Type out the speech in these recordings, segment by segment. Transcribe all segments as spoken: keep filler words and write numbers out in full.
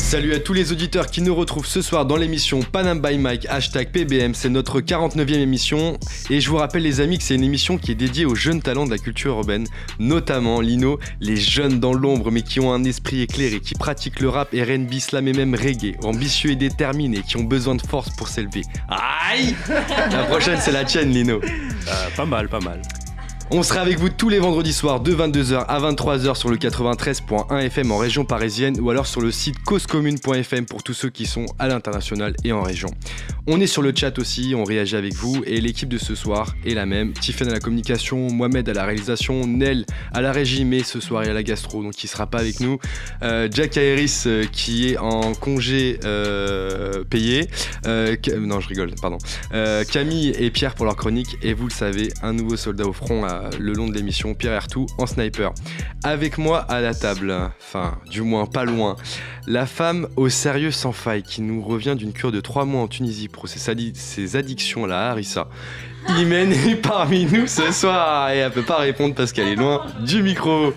Salut à tous les auditeurs qui nous retrouvent ce soir dans l'émission Panam by Mike, hashtag P B M, c'est notre quarante-neuvième émission et je vous rappelle les amis que c'est une émission qui est dédiée aux jeunes talents de la culture urbaine, notamment Lino, les jeunes dans l'ombre mais qui ont un esprit éclairé, qui pratiquent le rap, R and B, slam et même reggae, ambitieux et déterminés, qui ont besoin de force pour s'élever. Aïe. La prochaine c'est la tienne Lino. Euh, pas mal, pas mal. On sera avec vous tous les vendredis soirs de vingt-deux heures à vingt-trois heures sur le quatre-vingt-treize point un F M en région parisienne ou alors sur le site cause commune point F M pour tous ceux qui sont à l'international et en région. On est sur le chat aussi, on réagit avec vous et l'équipe de ce soir est la même. Tiffen à la communication, Mohamed à la réalisation, Nel à la régie mais ce soir il y a la gastro donc il sera pas avec nous. Euh, Jack Aeris euh, qui est en congé euh, payé. Euh, non je rigole, pardon. Euh, Camille et Pierre pour leur chronique et vous le savez, un nouveau soldat au front à le long de l'émission, Pierre Ertou en sniper. Avec moi à la table, enfin du moins pas loin, la femme au sérieux sans faille qui nous revient d'une cure de trois mois en Tunisie pour ses, adi- ses addictions à la harissa. Imen est parmi nous ce soir et elle peut pas répondre parce qu'elle est loin du micro.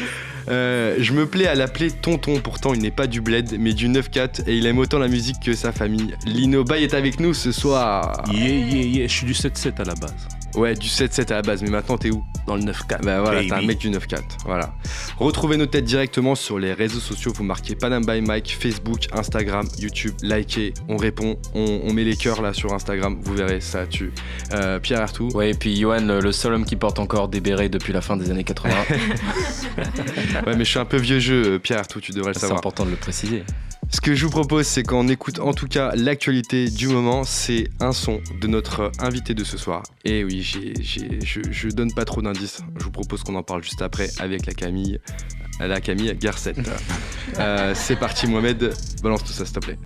Euh, je me plais à l'appeler tonton, pourtant il n'est pas du bled mais du neuf quatre et il aime autant la musique que sa famille. Lino Bay est avec nous ce soir. Yeah yeah yeah, je suis du sept sept à la base. Ouais, du sept sept à la base, mais maintenant t'es où ? Dans le neuf quatre. Bah voilà, baby. t'es un mec du neuf quatre, voilà. Retrouvez nos têtes directement sur les réseaux sociaux, vous marquez Panam by Mike, Facebook, Instagram, YouTube, likez, on répond, on, on met les cœurs là sur Instagram, vous verrez, ça tue. Euh, Pierre Artout. Ouais, et puis Yohan, le seul homme qui porte encore des bérets depuis la fin des années quatre-vingts. Ouais, mais je suis un peu vieux jeu, Pierre Artout, tu devrais le C'est savoir. important de le préciser. Ce que je vous propose, c'est qu'on écoute en tout cas l'actualité du moment. C'est un son de notre invité de ce soir. Et oui, j'ai, j'ai, je, je donne pas trop d'indices. Je vous propose qu'on en parle juste après avec la Camille, la Camille Garcette. euh, c'est parti, Mohamed. Balance tout ça, s'il te plaît.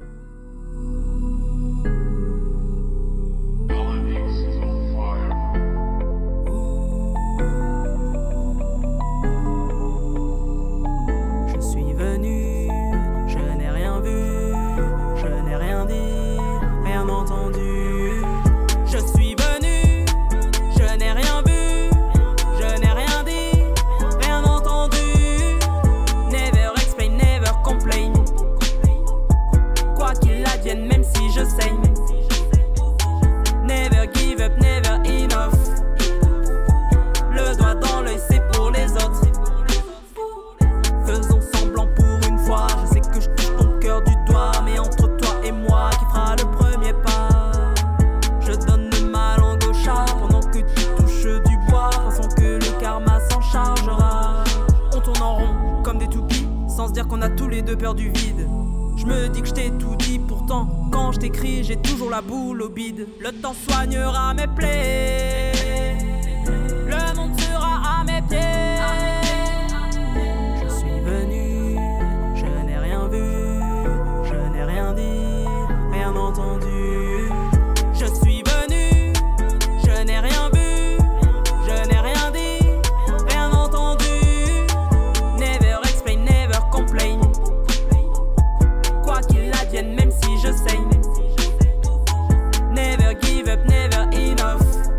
Le temps soignera mes plaies. Le monde sera à mes pieds. Je suis venu, je n'ai rien vu, je n'ai rien dit, rien entendu. Je suis venu, je n'ai rien vu, je n'ai rien dit, rien entendu. Never explain, never complain. Quoi qu'il advienne, même si je saigne. Never give up, never enough.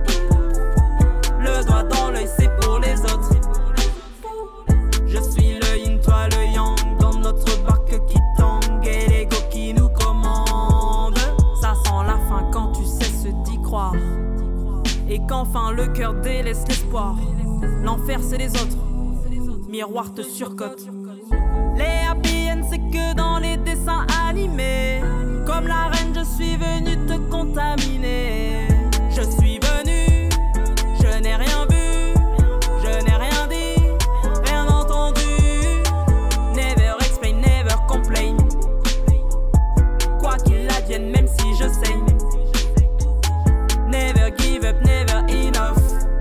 Le doigt dans l'œil, c'est pour les autres. Je suis le yin, toi le yang. Dans notre barque qui tangue et l'ego qui nous commande. Ça sent la fin quand tu cesses d'y croire. Et qu'enfin le cœur délaisse l'espoir. L'enfer c'est les autres. Miroir te surcote. Les happy end c'est que dans les dessins animés. Comme la reine, je suis venu te contaminer. Je suis venu, je n'ai rien vu, je n'ai rien dit, rien entendu. Never explain, never complain. Quoi qu'il advienne, même si je saigne. Never give up, never enough.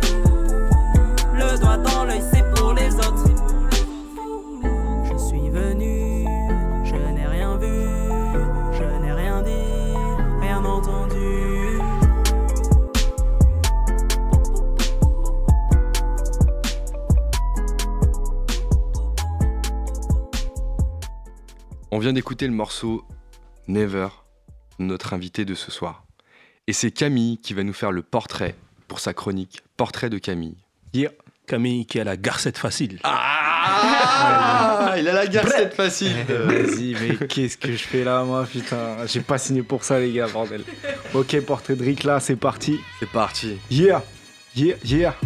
Le doigt dans l'œil, c'est pour les autres. Je suis venu, je n'ai rien vu. On vient d'écouter le morceau Never, notre invité de ce soir. Et c'est Camille qui va nous faire le portrait pour sa chronique Portrait de Camille. Yeah, Camille qui a la garcette facile. Ah Ah, il a la garcette facile. Vas-y, mais qu'est-ce que je fais là, moi, putain. J'ai pas signé pour ça, les gars, bordel. Ok, portrait de Rick là, c'est parti. C'est parti. Yeah, yeah, yeah.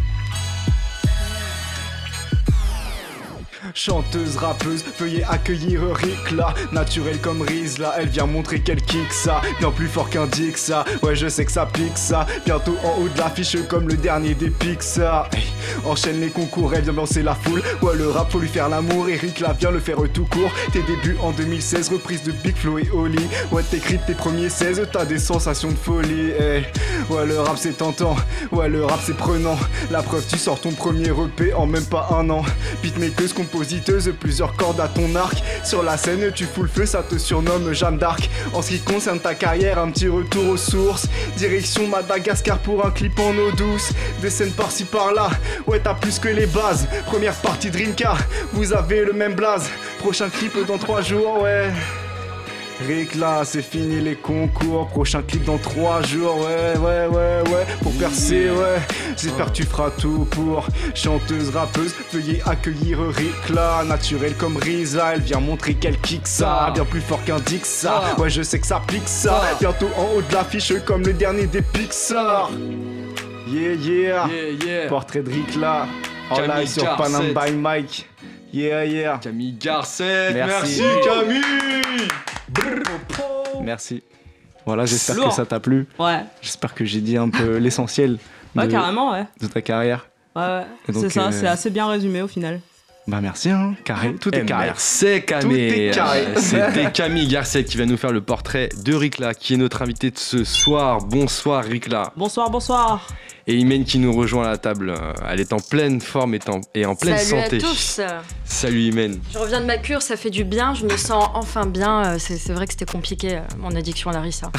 Chanteuse, rappeuse, veuillez accueillir Rikla. Naturelle comme Rizla, elle vient montrer qu'elle kick ça. Bien plus fort qu'un dick ça, ouais je sais que ça pique ça. Bientôt en haut de l'affiche comme le dernier des Pixar. Hey, enchaîne les concours, elle vient lancer la foule. Ouais le rap faut lui faire l'amour et Rikla vient le faire tout court. Tes débuts en deux mille seize, reprise de Big Flo et Oli. Ouais t'écris tes premiers seize, t'as des sensations de folie. Hey, ouais le rap c'est tentant, ouais le rap c'est prenant. La preuve tu sors ton premier E P en même pas un an. Beatmakeuse, compositeuse, plusieurs cordes à ton arc. Sur la scène tu fous le feu, ça te surnomme Jeanne d'Arc. En ce qui concerne ta carrière, un petit retour aux sources. Direction Madagascar pour un clip en eau douce. Des scènes par-ci par-là, ouais t'as plus que les bases. Première partie Drinka, vous avez le même blaze. Prochain clip dans trois jours, ouais. Rick là, c'est fini les concours. Prochain clip dans trois jours, ouais, ouais, ouais, ouais. Pour percer, ouais. J'espère que tu feras tout pour. Chanteuse, rappeuse, veuillez accueillir Rick là. Naturelle comme Riza, elle vient montrer qu'elle kick ça. Bien plus fort qu'un dick ça. Ouais, je sais que ça pique ça. Bientôt en haut de l'affiche comme le dernier des Pixar. Yeah, yeah. Yeah, yeah. Portrait de Rick là. En Camille live sur Garcette. Panam by Mike. Yeah, yeah. Camille Garcette, merci, Merci. Camille. Merci. Voilà, j'espère Lourd. que ça t'a plu. Ouais, J'espère que j'ai dit un peu l'essentiel ouais, de, carrément, ouais. de ta carrière. Ouais, ouais. Et donc, C'est ça, euh, c'est assez bien résumé au final. Bah merci, hein. Carré, tout est Eh, carré. Merci Camille. Tout est carré. Euh, C'était Camille Garcette qui va nous faire le portrait de Rikla, qui est notre invité de ce soir. Bonsoir Rikla. Bonsoir, bonsoir. Et Imen qui nous rejoint à la table. Euh, Elle est en pleine forme et en, et en pleine Salut santé. à tous. Salut Imen. Je reviens de ma cure, ça fait du bien, je me sens enfin bien. Euh, C'est, c'est vrai que c'était compliqué, euh, mon addiction à la Rissa.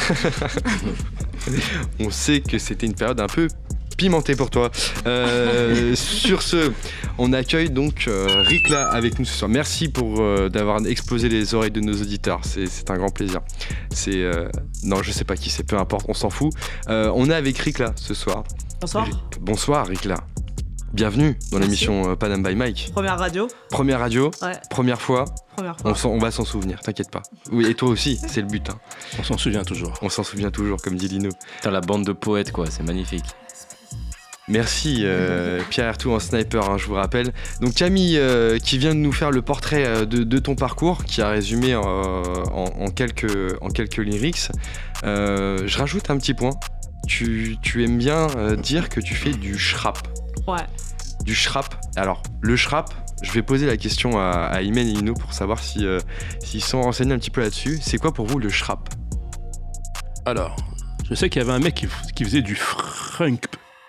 On sait que c'était une période un peu pimentée pour toi. Euh, sur ce, on accueille donc euh, Rikla avec nous ce soir. Merci pour euh, d'avoir explosé les oreilles de nos auditeurs. C'est, c'est un grand plaisir. C'est euh, non, je sais pas qui c'est, peu importe, on s'en fout. Euh, on est avec Rikla ce soir. Bonsoir. Ri- Bonsoir Rikla. Bienvenue dans Merci. l'émission euh, Panam by Mike. Première radio. Première radio, Ouais, première fois. première fois. On, s'en- on va s'en souvenir, t'inquiète pas. Oui, et toi aussi, c'est le but. Hein. On s'en souvient toujours. On s'en souvient toujours, comme dit Lino. T'as la bande de poètes, quoi, c'est magnifique. Merci euh, Pierre Ertou en sniper, hein, je vous rappelle. Donc Camille euh, qui vient de nous faire le portrait euh, de, de ton parcours, qui a résumé euh, en, en quelques, en quelques lyrics. Euh, je rajoute un petit point. Tu, tu aimes bien euh, dire que tu fais du shrap. Ouais. Du shrap. Alors, le shrap, je vais poser la question à, à Imen et Ino pour savoir si, euh, s'ils sont renseignés un petit peu là-dessus. C'est quoi pour vous le shrap? Alors, je sais qu'il y avait un mec qui, f- qui faisait du frunk.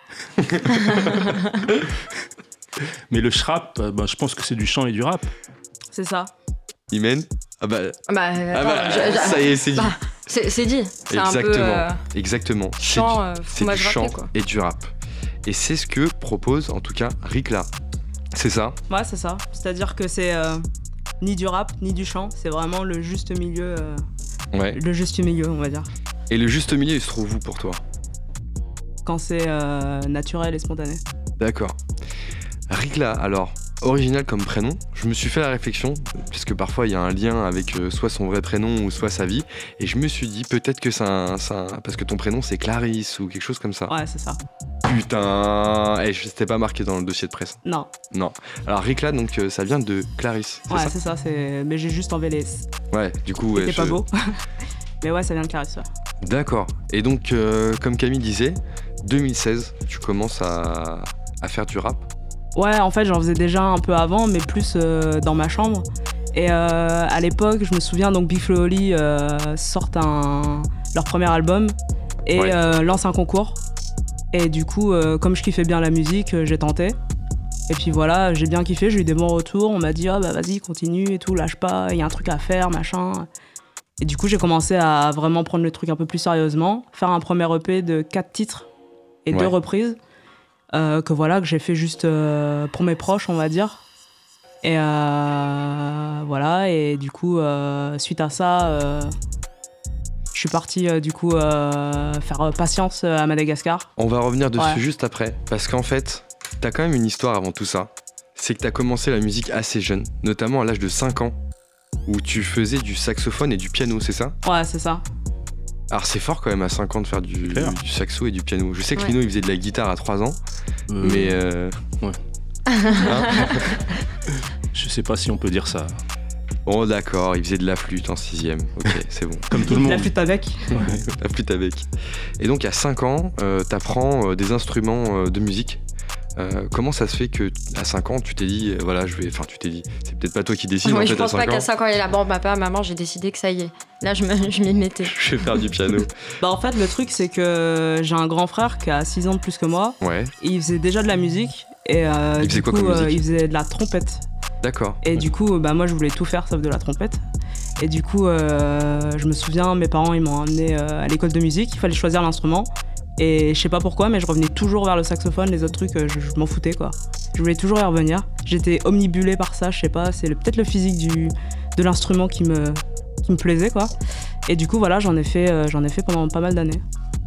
Mais le shrap, euh, bah, je pense que c'est du chant et du rap. C'est ça. Imen? Ah bah, Bah, ah attends, bah, je- je- ça y est, c'est dit. bah, c'est, c'est dit. C'est un peu Exactement. euh, Exactement. C'est chant, du- euh, c'est du fromage râpé, chant quoi. et du rap. Et c'est ce que propose en tout cas Rikla. C'est ça? Ouais, c'est ça. C'est-à-dire que c'est euh, ni du rap, ni du chant. C'est vraiment le juste milieu. euh, Ouais. le juste milieu, on va dire. Et le juste milieu, il se trouve où pour toi? Quand c'est euh, naturel et spontané. D'accord. Rikla, alors, original comme prénom, je me suis fait la réflexion, puisque parfois il y a un lien avec euh, soit son vrai prénom ou soit sa vie, et je me suis dit peut-être que c'est un, c'est un- parce que ton prénom c'est Clarisse ou quelque chose comme ça. Ouais, c'est ça. Putain, et je c'était pas marqué dans le dossier de presse. Non. Non. Alors Rikla, donc euh, ça vient de Clarisse, c'est Ouais, ça? c'est ça. C'est... Mais j'ai juste enlevé les. Ouais, du coup. C'était ouais, pas je- beau. Mais ouais, ça vient de Clarisse. Ouais. D'accord. Et donc, euh, comme Camille disait, deux mille seize, tu commences à, à faire du rap. Ouais, en fait, j'en faisais déjà un peu avant, mais plus euh, dans ma chambre. Et euh, à l'époque, je me souviens, donc Big Flo et Oli euh, sortent un, leur premier album et Ouais. euh, lancent un concours. Et du coup, euh, comme je kiffais bien la musique, euh, j'ai tenté. Et puis voilà, j'ai bien kiffé, j'ai eu des bons retours. On m'a dit, ah bah vas-y, continue et tout, lâche pas, il y a un truc à faire, machin. Et du coup, j'ai commencé à vraiment prendre le truc un peu plus sérieusement, faire un premier E P de quatre titres et Ouais. deux reprises. Euh, que voilà, que j'ai fait juste euh, pour mes proches, on va dire. Et euh, voilà, et du coup, euh, suite à ça, euh, je suis partie euh, du coup euh, faire euh, patience à Madagascar. On va revenir dessus Ouais. juste après, parce qu'en fait, t'as quand même une histoire avant tout ça. c'est que t'as commencé la musique assez jeune, notamment à l'âge de cinq ans, où tu faisais du saxophone et du piano, c'est ça ? Ouais, c'est ça. Alors c'est fort quand même à cinq ans de faire du, Claire. du saxo et du piano. Je sais que Ouais. Lino il faisait de la guitare à trois ans, Euh, mais... Euh... ouais. hein Je sais pas si on peut dire ça. Bon d'accord, il faisait de la flûte en sixième. Ok, c'est bon. Comme tout le monde. La flûte avec. La flûte avec. Et donc à cinq ans, euh, t'apprends euh, des instruments euh, de musique. Euh, comment ça se fait que à cinq ans tu t'es dit, euh, voilà, je vais... Enfin tu t'es dit, c'est peut-être pas toi qui décides Moi, en je fait pense à pas cinq ans. qu'à cinq ans, il est là, bon, papa, maman, j'ai décidé que ça y est. Là, je me- je m'y mettais. Je vais faire du piano. Bah en fait, le truc, c'est que j'ai un grand frère qui a six ans de plus que moi. Ouais, Et il faisait déjà de la musique. Et euh, Il du faisait quoi coup, comme musique euh, il faisait de la trompette. d'accord. Et du coup, bah moi, je voulais tout faire sauf de la trompette. Et du coup, euh, je me souviens, mes parents, ils m'ont amené euh, à l'école de musique. Il fallait choisir l'instrument. Et je sais pas pourquoi, mais je revenais toujours vers le saxophone. Les autres trucs, euh, je, je m'en foutais, quoi. Je voulais toujours y revenir. J'étais omnibulée par ça, je sais pas. C'est le- peut-être le physique du, de l'instrument qui me, qui me plaisait, quoi. Et du coup, voilà, j'en ai fait, euh, j'en ai fait pendant pas mal d'années.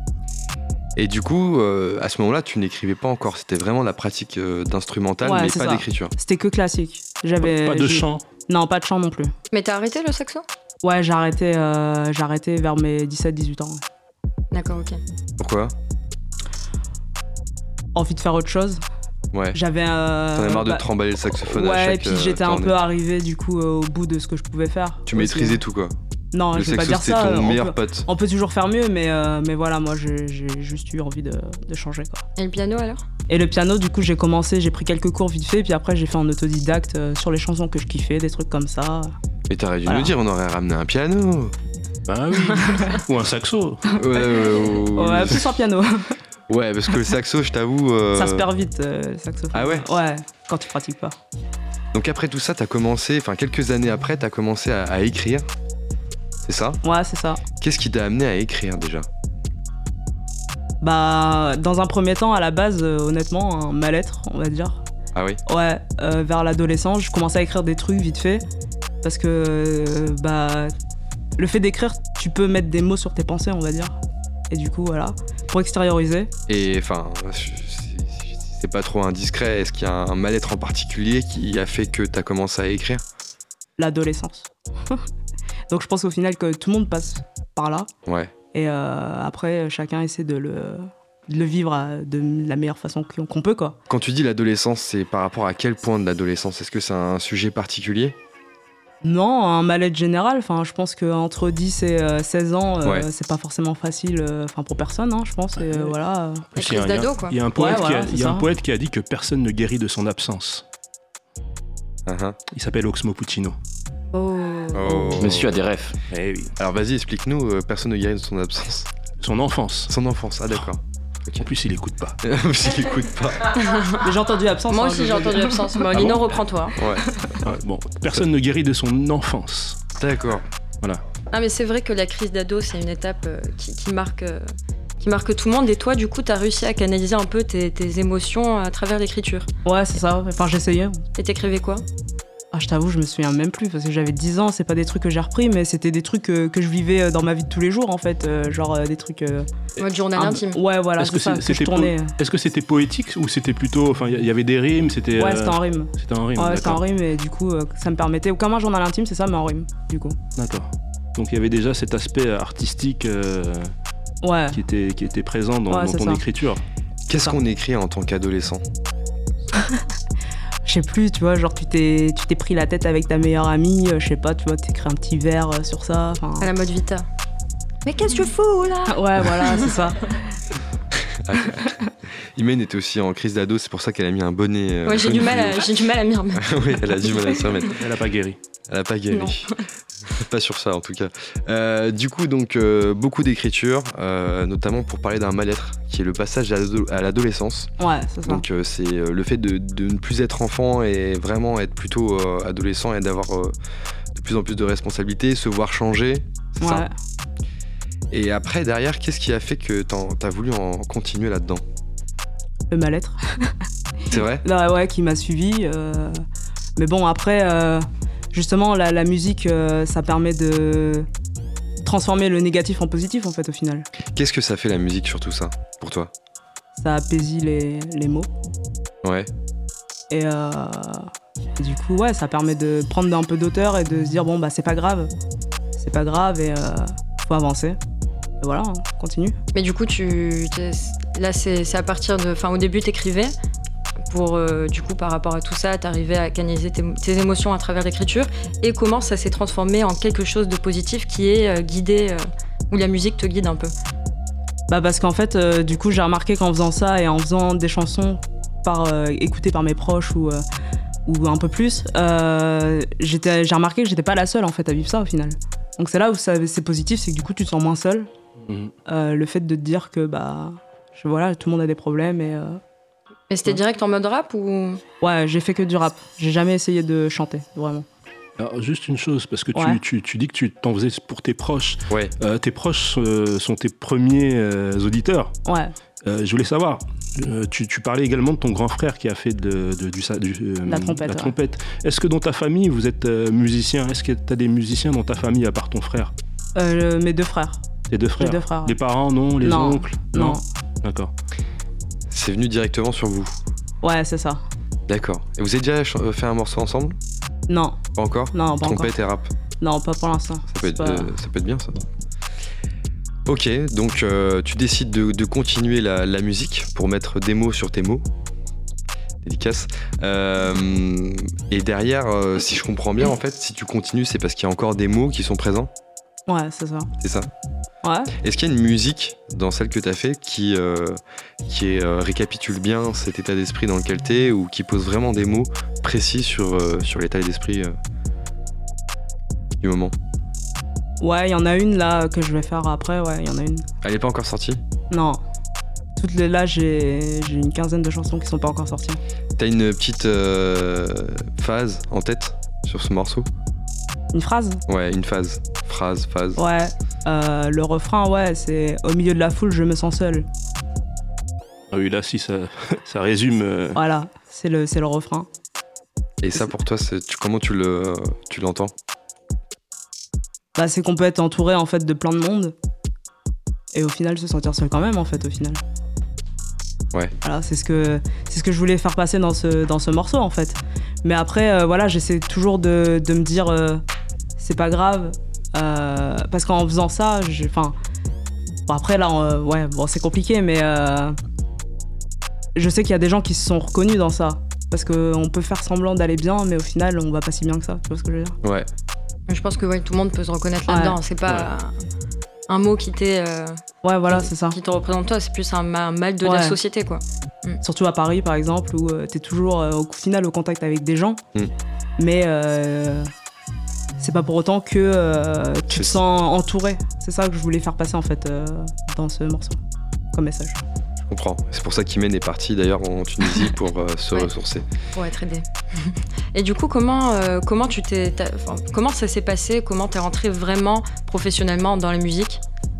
Et du coup, euh, à ce moment-là, tu n'écrivais pas encore. C'était vraiment la pratique euh, d'instrumental, Ouais, mais c'est pas ça. d'écriture. C'était que classique. J'avais, Pas de j'ai- chant. Non, pas de chant non plus. Mais t'as arrêté le saxo? Ouais, j'ai arrêté, euh, j'ai arrêté vers mes dix-sept dix-huit ans. ouais. D'accord, ok. Pourquoi ? Envie de faire autre chose. Ouais. J'avais. Euh, T'en as marre de bah, te remballer le saxophone à Ouais, chaque et puis euh, j'étais un tournée. peu arrivée du coup euh, au bout de ce que je pouvais faire. Tu aussi. maîtrisais tout quoi. Non, Le je vais pas saxo dire c'était ça. ton on, meilleur peut, pote. on peut toujours faire mieux, mais, euh, mais voilà, moi j'ai j'ai juste eu envie de, de changer, quoi. Et le piano alors? Et le piano, du coup, j'ai commencé, j'ai pris quelques cours vite fait, puis après j'ai fait en autodidacte euh, sur les chansons que je kiffais, des trucs comme ça. Mais t'aurais dû Voilà. nous dire, on aurait ramené un piano. Bah oui. Ou un saxo. Ouais, ouais, ouais, ouais. Ouais, plus en piano. Ouais, parce que le saxo, je t'avoue. euh, Ça se perd vite, euh, le saxophone. Ah ouais? Ouais, quand tu pratiques pas. Donc après tout ça, t'as commencé, enfin quelques années après, t'as commencé à, à écrire. C'est ça? Ouais, c'est ça. Qu'est-ce qui t'a amené à écrire déjà? Bah, dans un premier temps, à la base, euh, honnêtement, un mal-être, on va dire. Ah oui? Ouais, euh, vers l'adolescence, je commençais à écrire des trucs vite fait. Parce que, euh, bah, le fait d'écrire, tu peux mettre des mots sur tes pensées, on va dire. Et du coup, voilà, pour extérioriser. Et enfin, c'est- c'est pas trop indiscret, est-ce qu'il y a un mal-être en particulier qui a fait que t'as commencé à écrire? L'adolescence. Donc je pense au final que tout le monde passe par là. Ouais. Et euh, après, chacun essaie de le, de le vivre à- de la meilleure façon qu'on qu'on peut, quoi. Quand tu dis l'adolescence, c'est par rapport à quel point de l'adolescence? Est-ce que c'est un sujet particulier? Non, un mal-être général. Enfin, je pense qu'entre dix et euh, seize ans, euh, Ouais. c'est pas forcément facile euh, enfin, pour personne, hein, je pense. Et, euh, voilà. La Il y crise a- il y a- d'ado, quoi. Il y a un poète, Ouais, qui, a, voilà, il y a c'est un ça. poète qui a dit que personne ne guérit de son absence. Uh-huh. Il s'appelle Oxmo Puccino. Oh. Oh. Monsieur a des refs. Eh oui. Alors vas-y, explique-nous, euh, personne ne guérit de son absence. Son enfance. Son enfance, ah d'accord. En plus, il écoute pas. S'il écoute pas. Mais j'ai entendu absence. Moi hein, aussi, je- j'ai entendu absence. Bon, Ah Lino, bon reprends-toi. Ouais, Ouais, bon, personne ne guérit de son enfance. d'accord. Ah, mais c'est vrai que la crise d'ado, c'est une étape euh, qui, qui marque, euh, qui marque tout le monde. Et toi, du coup, t'as réussi à canaliser un peu tes, tes émotions à travers l'écriture. Ouais, c'est ça. Enfin, j'essayais. Et t'écrivais quoi? Ah, je t'avoue, je me souviens même plus parce que j'avais dix ans. C'est pas des trucs que j'ai repris, mais c'était des trucs euh, que je vivais euh, dans ma vie de tous les jours, en fait. Euh, genre euh, des trucs. euh, Mode journal un- intime. Ouais, voilà, Est-ce c'est que ça c'est- que je c'était tournais. Est-ce que c'était poétique ou c'était plutôt. Enfin, il y, y avait des rimes, c'était. Ouais, euh, c'était en rime. C'était en rime. Ouais, c'était en d'accord. rime et du coup, euh, ça me permettait. Comme un journal intime, c'est ça, mais en rime, du coup. D'accord. Donc il y avait déjà cet aspect artistique euh, Ouais. qui, était, qui était présent dans, Ouais, dans c'est ton ça. écriture. Qu'est-ce ça. qu'on écrit en tant qu'adolescent? Je sais plus, tu vois, genre tu t'es, tu t'es pris la tête avec ta meilleure amie, euh, je sais pas, tu vois, t'écris un petit vers euh, sur ça. enfin- À la mode Vita. Mais qu'est-ce que tu fous là? Ouais, voilà, c'est ça. Imen était aussi en crise d'ado, c'est pour ça qu'elle a mis un bonnet. euh, Ouais, j'ai du mal, à, j'ai du mal à m'y remettre. Oui, elle a du mal à se remettre. Elle a pas guéri. Elle a pas guéri. Non. Pas sur ça en tout cas. Euh, du coup, donc euh, beaucoup d'écriture, euh, notamment pour parler d'un mal-être, qui est le passage à l'ado- à l'adolescence. Ouais, c'est ça. Donc euh, c'est euh, le fait de, de ne plus être enfant et vraiment être plutôt euh, adolescent et d'avoir euh, de plus en plus de responsabilités, se voir changer. C'est Ouais. ça. Et après, derrière, qu'est-ce qui a fait que t'en- t'as voulu en continuer là-dedans? Le mal-être. C'est vrai? Là, ouais, qui m'a suivi. euh, Mais bon, après, euh, justement, la, la musique, euh, ça permet de transformer le négatif en positif, en fait, au final. Qu'est-ce que ça fait la musique sur tout ça, pour toi? Ça apaisit les, les mots. Ouais. Et euh, du coup, ouais, ça permet de prendre un peu d'auteur et de se dire, bon, bah, c'est pas grave. C'est pas grave et euh, faut avancer. Et voilà, on continue. Mais du coup, tu, là, c'est, c'est à partir de... Enfin, au début, t'écrivais. Pour, euh, du coup, par rapport à tout ça, t'arrivais à canaliser tes, tes émotions à travers l'écriture. Et comment ça s'est transformé en quelque chose de positif qui est euh, guidé, euh, où la musique te guide un peu? Bah parce qu'en fait, euh, du coup, j'ai remarqué qu'en faisant ça et en faisant des chansons par, euh, écoutées par mes proches ou, euh, ou un peu plus, euh, j'étais, j'ai remarqué que j'étais pas la seule en fait à vivre ça au final. Donc c'est là où ça, c'est positif, c'est que du coup, tu te sens moins seule. Mmh. Euh, le fait de te dire que bah, je, voilà, tout le monde a des problèmes et... Euh, Et c'était direct en mode rap ou... Ouais, j'ai fait que du rap. J'ai jamais essayé de chanter, vraiment. Alors, juste une chose, parce que tu, ouais. tu, tu dis que tu t'en faisais pour tes proches. Ouais. Euh, tes proches euh, sont tes premiers euh, auditeurs. Ouais. Euh, je voulais savoir, euh, tu, tu parlais également de ton grand frère qui a fait de, de, du, du, euh, la trompette. La ouais. trompette. Est-ce que dans ta famille, vous êtes euh, musicien? Est-ce que tu as des musiciens dans ta famille à part ton frère? euh, Mes deux frères. Tes deux frères? Les deux frères. Ouais. Les parents, non? Les non. oncles? Non. non. D'accord. C'est venu directement sur vous? Ouais, c'est ça. D'accord. Et vous avez déjà fait un morceau ensemble? Non. Pas encore? Non, pas Trompette encore. et rap? Non, pas pour l'instant. Ça peut, être, pas... euh, ça peut être bien, ça. Ok, donc euh, tu décides de, de continuer la, la musique pour mettre des mots sur tes mots. Dédicace. Euh, et derrière, euh, si je comprends bien, en fait, si tu continues, c'est parce qu'il y a encore des mots qui sont présents? Ouais, c'est ça. C'est ça? Ouais. Est-ce qu'il y a une musique dans celle que tu as fait qui, euh, qui est, euh, récapitule bien cet état d'esprit dans lequel tu es ou qui pose vraiment des mots précis sur, euh, sur l'état d'esprit euh, du moment? Ouais, il y en a une là que je vais faire après, ouais, il y en a une. Elle n'est pas encore sortie? Non. Toutes les là, j'ai, j'ai une quinzaine de chansons qui sont pas encore sorties. T'as une petite euh, phase en tête sur ce morceau? Une phrase? Ouais, une phase. Phrase, phase. Ouais. Euh, le refrain, ouais, c'est au milieu de la foule, je me sens seul. Ah oui, là, si, ça, ça résume. Euh... Voilà, c'est le, c'est le refrain. Et ça, pour toi, c'est, tu, comment tu, le, tu l'entends? Bah, c'est qu'on peut être entouré en fait de plein de monde et au final se sentir seul quand même en fait au final. Ouais. Voilà, c'est ce que c'est ce que je voulais faire passer dans ce dans ce morceau en fait. Mais après euh, voilà, j'essaie toujours de, de me dire euh, c'est pas grave euh, parce qu'en faisant ça, enfin bon, après là euh, ouais bon c'est compliqué mais euh, je sais qu'il y a des gens qui se sont reconnus dans ça parce que on peut faire semblant d'aller bien mais au final on va pas si bien que ça. Tu vois ce que je veux dire? Ouais. Je pense que ouais, tout le monde peut se reconnaître là-dedans. Ouais. C'est pas Ouais. un mot qui t'est, euh, Ouais voilà qui, c'est ça. qui te représente toi, c'est plus un, un mal de Ouais. la société quoi. Surtout à Paris par exemple où euh, t'es toujours euh, au final au contact avec des gens mm. mais euh, c'est pas pour autant que euh, tu te sens entouré. C'est ça que je voulais faire passer en fait euh, dans ce morceau comme message. Je comprends. C'est pour ça qu'Imen est parti d'ailleurs en Tunisie pour euh, se Ouais. ressourcer. Pour être aidé. Et du coup, comment, euh, comment, tu t'es, enfin, comment ça s'est passé? Comment t'es rentré vraiment professionnellement dans la musique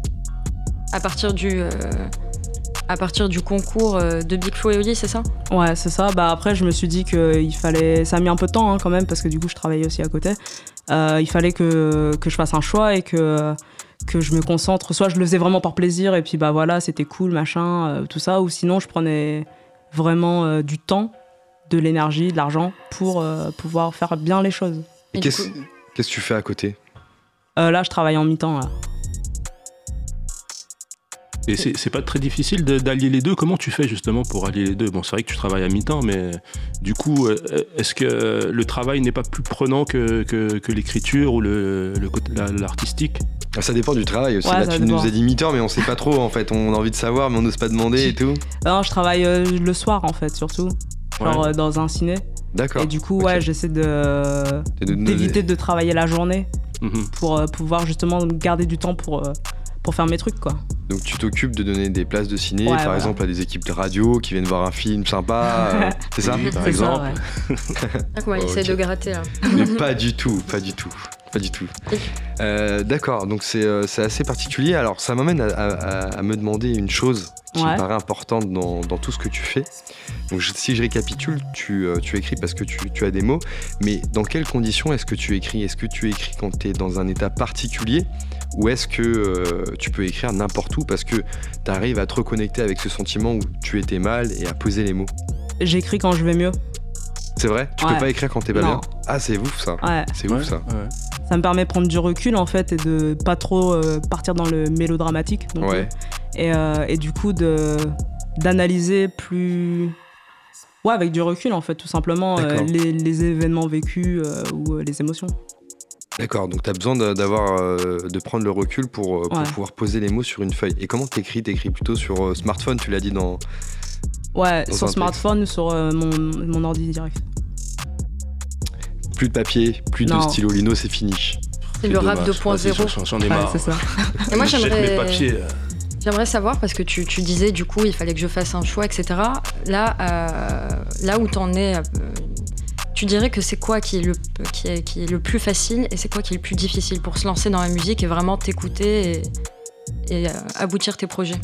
à partir du, euh, à partir du concours de Big Flo et Oli, c'est ça? Ouais, c'est ça. Bah après, je me suis dit qu'il fallait. Ça a mis un peu de temps hein, quand même parce que du coup, je travaillais aussi à côté. Euh, il fallait que, que je fasse un choix et que, que je me concentre. Soit je le faisais vraiment par plaisir et puis bah voilà, c'était cool, machin, euh, tout ça. Ou sinon, je prenais vraiment euh, du temps, de l'énergie, de l'argent pour euh, pouvoir faire bien les choses. Et, Et qu'est-ce, coup... qu'est-ce que tu fais à côté? euh, Là, je travaille en mi-temps. Là. Et c'est, c'est pas très difficile de, d'allier les deux. Comment tu fais justement pour allier les deux? Bon, c'est vrai que tu travailles à mi-temps, mais du coup, est-ce que le travail n'est pas plus prenant que, que, que l'écriture ou le, le côté, la, l'artistique? Ça dépend du travail aussi. Ouais, Là, ça tu dépend. nous as dit mi-temps, mais on sait pas trop en fait. On a envie de savoir, mais on n'ose pas demander et tout. Non, je travaille euh, le soir en fait, surtout. Genre Ouais. euh, dans un ciné. D'accord. Et du coup, Ok. ouais, j'essaie de, Et de- d'éviter de travailler la journée Mhm. pour euh, pouvoir justement garder du temps pour, euh, pour faire mes trucs, quoi. Donc tu t'occupes de donner des places de ciné, Ouais, par voilà. exemple à des équipes de radio qui viennent voir un film sympa. euh, c'est ça? Oui, par C'est ça, exemple. ouais. Ah, comment il essaie Ok. de gratter là. Mais pas du tout, pas du tout, pas du tout. Euh, d'accord, donc c'est, euh, c'est assez particulier. Alors ça m'amène à, à- à me demander une chose qui Ouais. me paraît importante dans, dans tout ce que tu fais. Donc je- si je récapitule, tu, euh, tu écris parce que tu, tu as des mots, mais dans quelles conditions est-ce que tu écris? Est-ce que tu écris quand tu es dans un état particulier ou est-ce que euh, tu peux écrire n'importe où parce que tu arrives à te reconnecter avec ce sentiment où tu étais mal et à poser les mots? J'écris quand je vais mieux. C'est vrai? Tu Ouais. peux pas écrire quand t'es pas Non. bien? Ah, c'est ouf ça. Ouais. C'est Ouais, ouf ça. ouais. Ça me permet de prendre du recul en fait et de pas trop euh, partir dans le mélodramatique. non Ouais. plus. Et, euh, et du coup de d'analyser plus. Ouais, avec du recul en fait, tout simplement, euh, D'accord. les, les événements vécus euh, ou euh, les émotions. D'accord, donc t'as besoin de- d'avoir, euh, de prendre le recul pour, euh, pour Ouais. pouvoir poser les mots sur une feuille. Et comment t'écris? T'écris plutôt sur euh, smartphone, tu l'as dit dans... Ouais, Dans un sur texte. smartphone ou sur euh, mon, mon ordi direct. Plus de papier, plus Non. de stylo lino, c'est fini. C'est le rap dommage. deux point zéro. Vas-y, J'en j'en ai Ouais, marre. c'est ça. Et moi, Je jette j'aimerais- mes papiers. euh, J'aimerais savoir, parce que tu, tu disais du coup il fallait que je fasse un choix, et cetera. Là, euh, là où t'en es, euh, tu dirais que c'est quoi qui est, le, qui, est, qui est le plus facile et c'est quoi qui est le plus difficile pour se lancer dans la musique et vraiment t'écouter et, et euh, aboutir tes projets?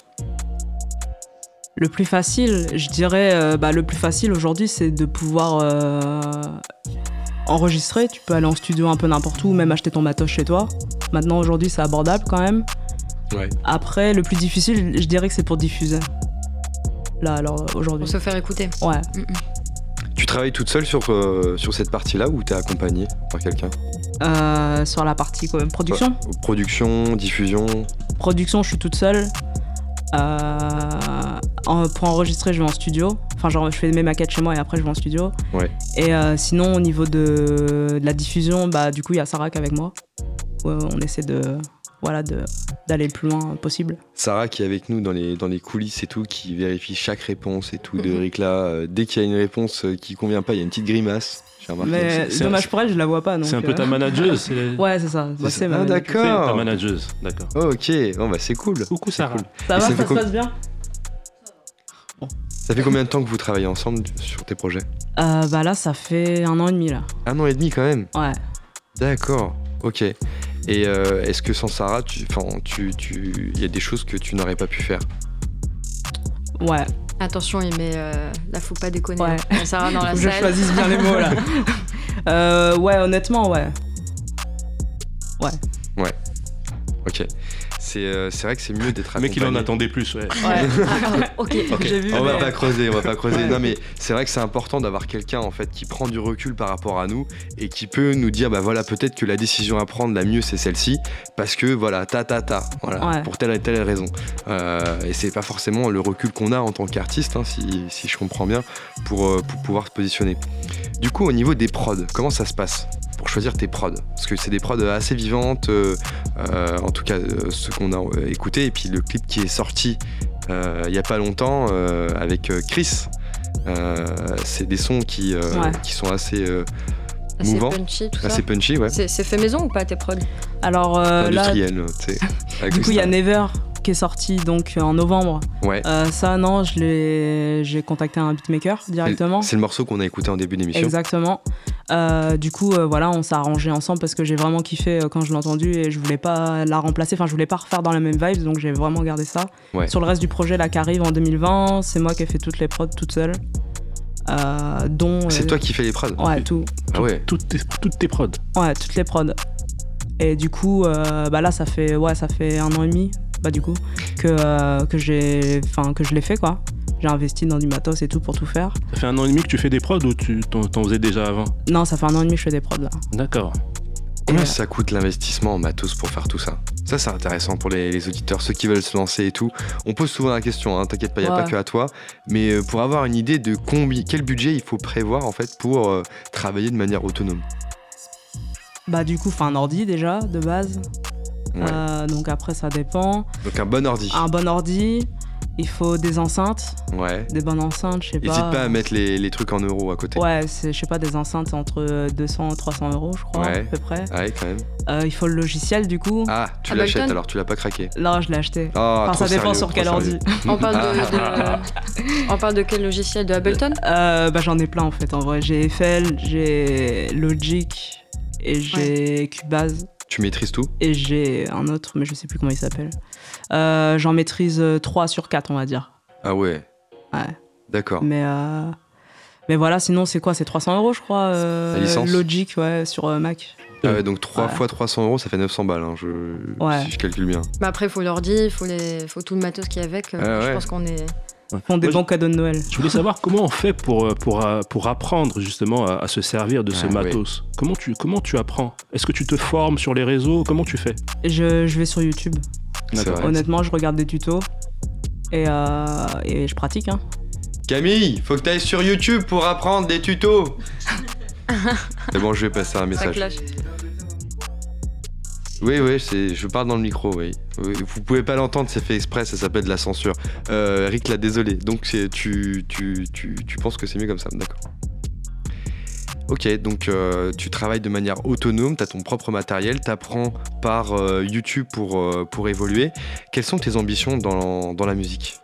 Le plus facile, je dirais, euh, bah, le plus facile aujourd'hui, c'est de pouvoir euh, enregistrer. Tu peux aller en studio un peu n'importe où, même acheter ton matos chez toi. Maintenant, aujourd'hui, c'est abordable quand même. Ouais. Après, le plus difficile, je dirais que c'est pour diffuser. Là, alors, aujourd'hui. Pour se faire écouter. Ouais. Mm, mm. Tu travailles toute seule sur, euh, sur cette partie-là ou t'es accompagnée par quelqu'un? Euh, sur la partie quoi, production. Production, diffusion. Production, je suis toute seule. Euh, en- pour enregistrer, je vais en studio. Enfin, genre, je fais mes maquettes chez moi et après, je vais en studio. Ouais. Et euh, sinon, au niveau de, de la diffusion, bah, du coup, il y a Sarah qui est avec moi. Ouais, on essaie de, voilà, de, d'aller le plus loin possible. Sarah qui est avec nous dans les, dans les coulisses et tout, qui vérifie chaque réponse et tout de Mhm. Ricla. Euh, dès qu'il y a une réponse euh, qui convient pas, il y a une petite grimace. J'ai remarqué. Mais c'est- dommage c'est- pour elle, je la vois pas. donc, C'est un peu euh, ta manageuse. c'est- Ouais, c'est ça. Bah, C'est c'est ça. ma Ah, manager. c'est ta d'accord. manageuse, d'accord. Oh, ok, bon, bah, c'est cool. Coucou C'est Sarah. cool. Ça Et va, ça ça, fait se com- passe bien Ça fait combien de temps que vous travaillez ensemble sur tes projets? euh, Bah là, ça fait un an et demi là. Un an et demi quand même. Ouais. D'accord, ok. Et euh, est-ce que sans Sarah, tu, enfin, tu, tu, il y a des choses que tu n'aurais pas pu faire? Ouais. Attention, il met. Euh, là, faut pas déconner. Ouais. Il y a Sarah dans la Faut que je salle. choisisse bien les mots là. euh, ouais, honnêtement, ouais. Ok. C'est euh, c'est vrai que c'est mieux d'être Le mec, il en accompagné. attendait plus, ouais. Ouais. Ah, ok. Ok. J'ai vu. On va mais- pas creuser, on va pas creuser. Ouais. Non mais c'est vrai que c'est important d'avoir quelqu'un en fait qui prend du recul par rapport à nous et qui peut nous dire bah voilà peut-être que la décision à prendre la mieux c'est celle-ci parce que voilà ta ta ta voilà Ouais. pour telle et telle raison. Euh, et c'est pas forcément le recul qu'on a en tant qu'artiste hein, si, si je comprends bien pour, euh, pour pouvoir se positionner. Du coup au niveau des prods, comment ça se passe pour choisir tes prods? Parce que c'est des prods assez vivantes, euh, euh, en tout cas euh, ceux qu'on a euh, écoutés, et puis le clip qui est sorti euh, il y a pas longtemps euh, avec euh, Chris. Euh, c'est des sons qui, euh, Ouais. qui sont assez euh, Assez mouvants, punchy, tout ça. assez punchy, ouais. C'est c'est fait maison ou pas tes prods? Alors euh, là, Industriel, tu sais. avec du coup, il y a Christa. Never qui est sorti donc en novembre. Ouais. Euh, ça, non, je l'ai, j'ai contacté un beatmaker directement. C'est le morceau qu'on a écouté en début d'émission. Exactement. Euh, du coup, euh, voilà, on s'est arrangé ensemble parce que j'ai vraiment kiffé euh, quand je l'ai entendu et je voulais pas la remplacer. Enfin, je voulais pas refaire dans la même vibe, donc j'ai vraiment gardé ça. Ouais. Sur le reste du projet là qui arrive en deux mille vingt, c'est moi qui ai fait toutes les prods toute seule, euh, dont. C'est euh, toi qui fais les prods? Ouais, tout. Ah ouais. Toutes tes, toutes tes prods. Ouais, toutes les prods. Et du coup, euh, bah là, ça fait, ouais, ça fait un an et demi, bah du coup, que, euh, que j'ai, enfin, que je l'ai fait quoi. J'ai investi dans du matos et tout pour tout faire. Ça fait un an et demi que tu fais des prods ou tu t'en, t'en faisais déjà avant? Non, ça fait un an et demi que je fais des prods là. D'accord. Combien Ouais. ça coûte l'investissement en matos pour faire tout ça? Ça, c'est intéressant pour les, les auditeurs, ceux qui veulent se lancer et tout. On pose souvent la question, hein, t'inquiète pas, il n'y a Ouais. pas que à toi. Mais euh, pour avoir une idée de combien, quel budget il faut prévoir en fait pour euh, travailler de manière autonome. Bah du coup, faut un ordi déjà de base. Ouais. Euh, donc après, ça dépend. Donc un bon ordi. Un bon ordi, il faut des enceintes, Ouais. des bonnes enceintes, je sais pas. N'hésite pas à mettre les, les trucs en euros à côté. Ouais, c'est, je sais pas, des enceintes entre deux cents et trois cents euros, je crois, Ouais. à peu près. Ouais, quand même. Euh, il faut le logiciel du coup. Ah, tu Ableton l'achètes alors, tu l'as pas craqué. Là, je l'ai acheté. Ah, Enfin, trop ça dépend sérieux, sur trop quel sérieux. ordi. On parle de, Ah. de- on parle de quel logiciel? De Ableton? Euh, bah, j'en ai plein en fait, en vrai. J'ai F L, j'ai Logic, et j'ai Cubase, Tu maîtrises tout? et j'ai un autre, mais je sais plus comment il s'appelle. Euh, j'en maîtrise trois sur quatre, on va dire. Ah ouais. Ouais. D'accord. Mais, euh, mais voilà, sinon, c'est quoi? C'est trois cents euros, je crois. euh, La licence Logic, ouais, sur euh, Mac. Ah ouais, donc trois Ouais. fois trois cents euros, ça fait neuf cents balles, hein, je... Ouais. si je calcule bien. Bah après, il faut l'ordi, il faut, les... faut tout le matos qui est avec. euh, Ah Je ouais. pense qu'on est. Ouais. Font des Moi, bons cadeaux de Noël. Je voulais savoir comment on fait pour, pour, pour apprendre justement à, à se servir de ce Ah, matos. Oui. Comment, tu, comment tu apprends? Est-ce que tu te formes sur les réseaux? Comment tu fais? Je, je vais sur YouTube. Vrai. Honnêtement, je regarde des tutos et, euh, et je pratique. Hein. Camille, faut que t'ailles sur YouTube pour apprendre des tutos. C'est bon, je vais passer un message. Oui, oui, c'est... je parle dans le micro, oui. oui. Vous pouvez pas l'entendre, c'est fait exprès, ça s'appelle de la censure. Euh, Rick l'a désolé, donc c'est... Tu, tu, tu, tu penses que c'est mieux comme ça, d'accord. Ok, donc euh, tu travailles de manière autonome, t'as ton propre matériel, t'apprends par euh, YouTube pour, euh, pour évoluer. Quelles sont tes ambitions dans, dans la musique?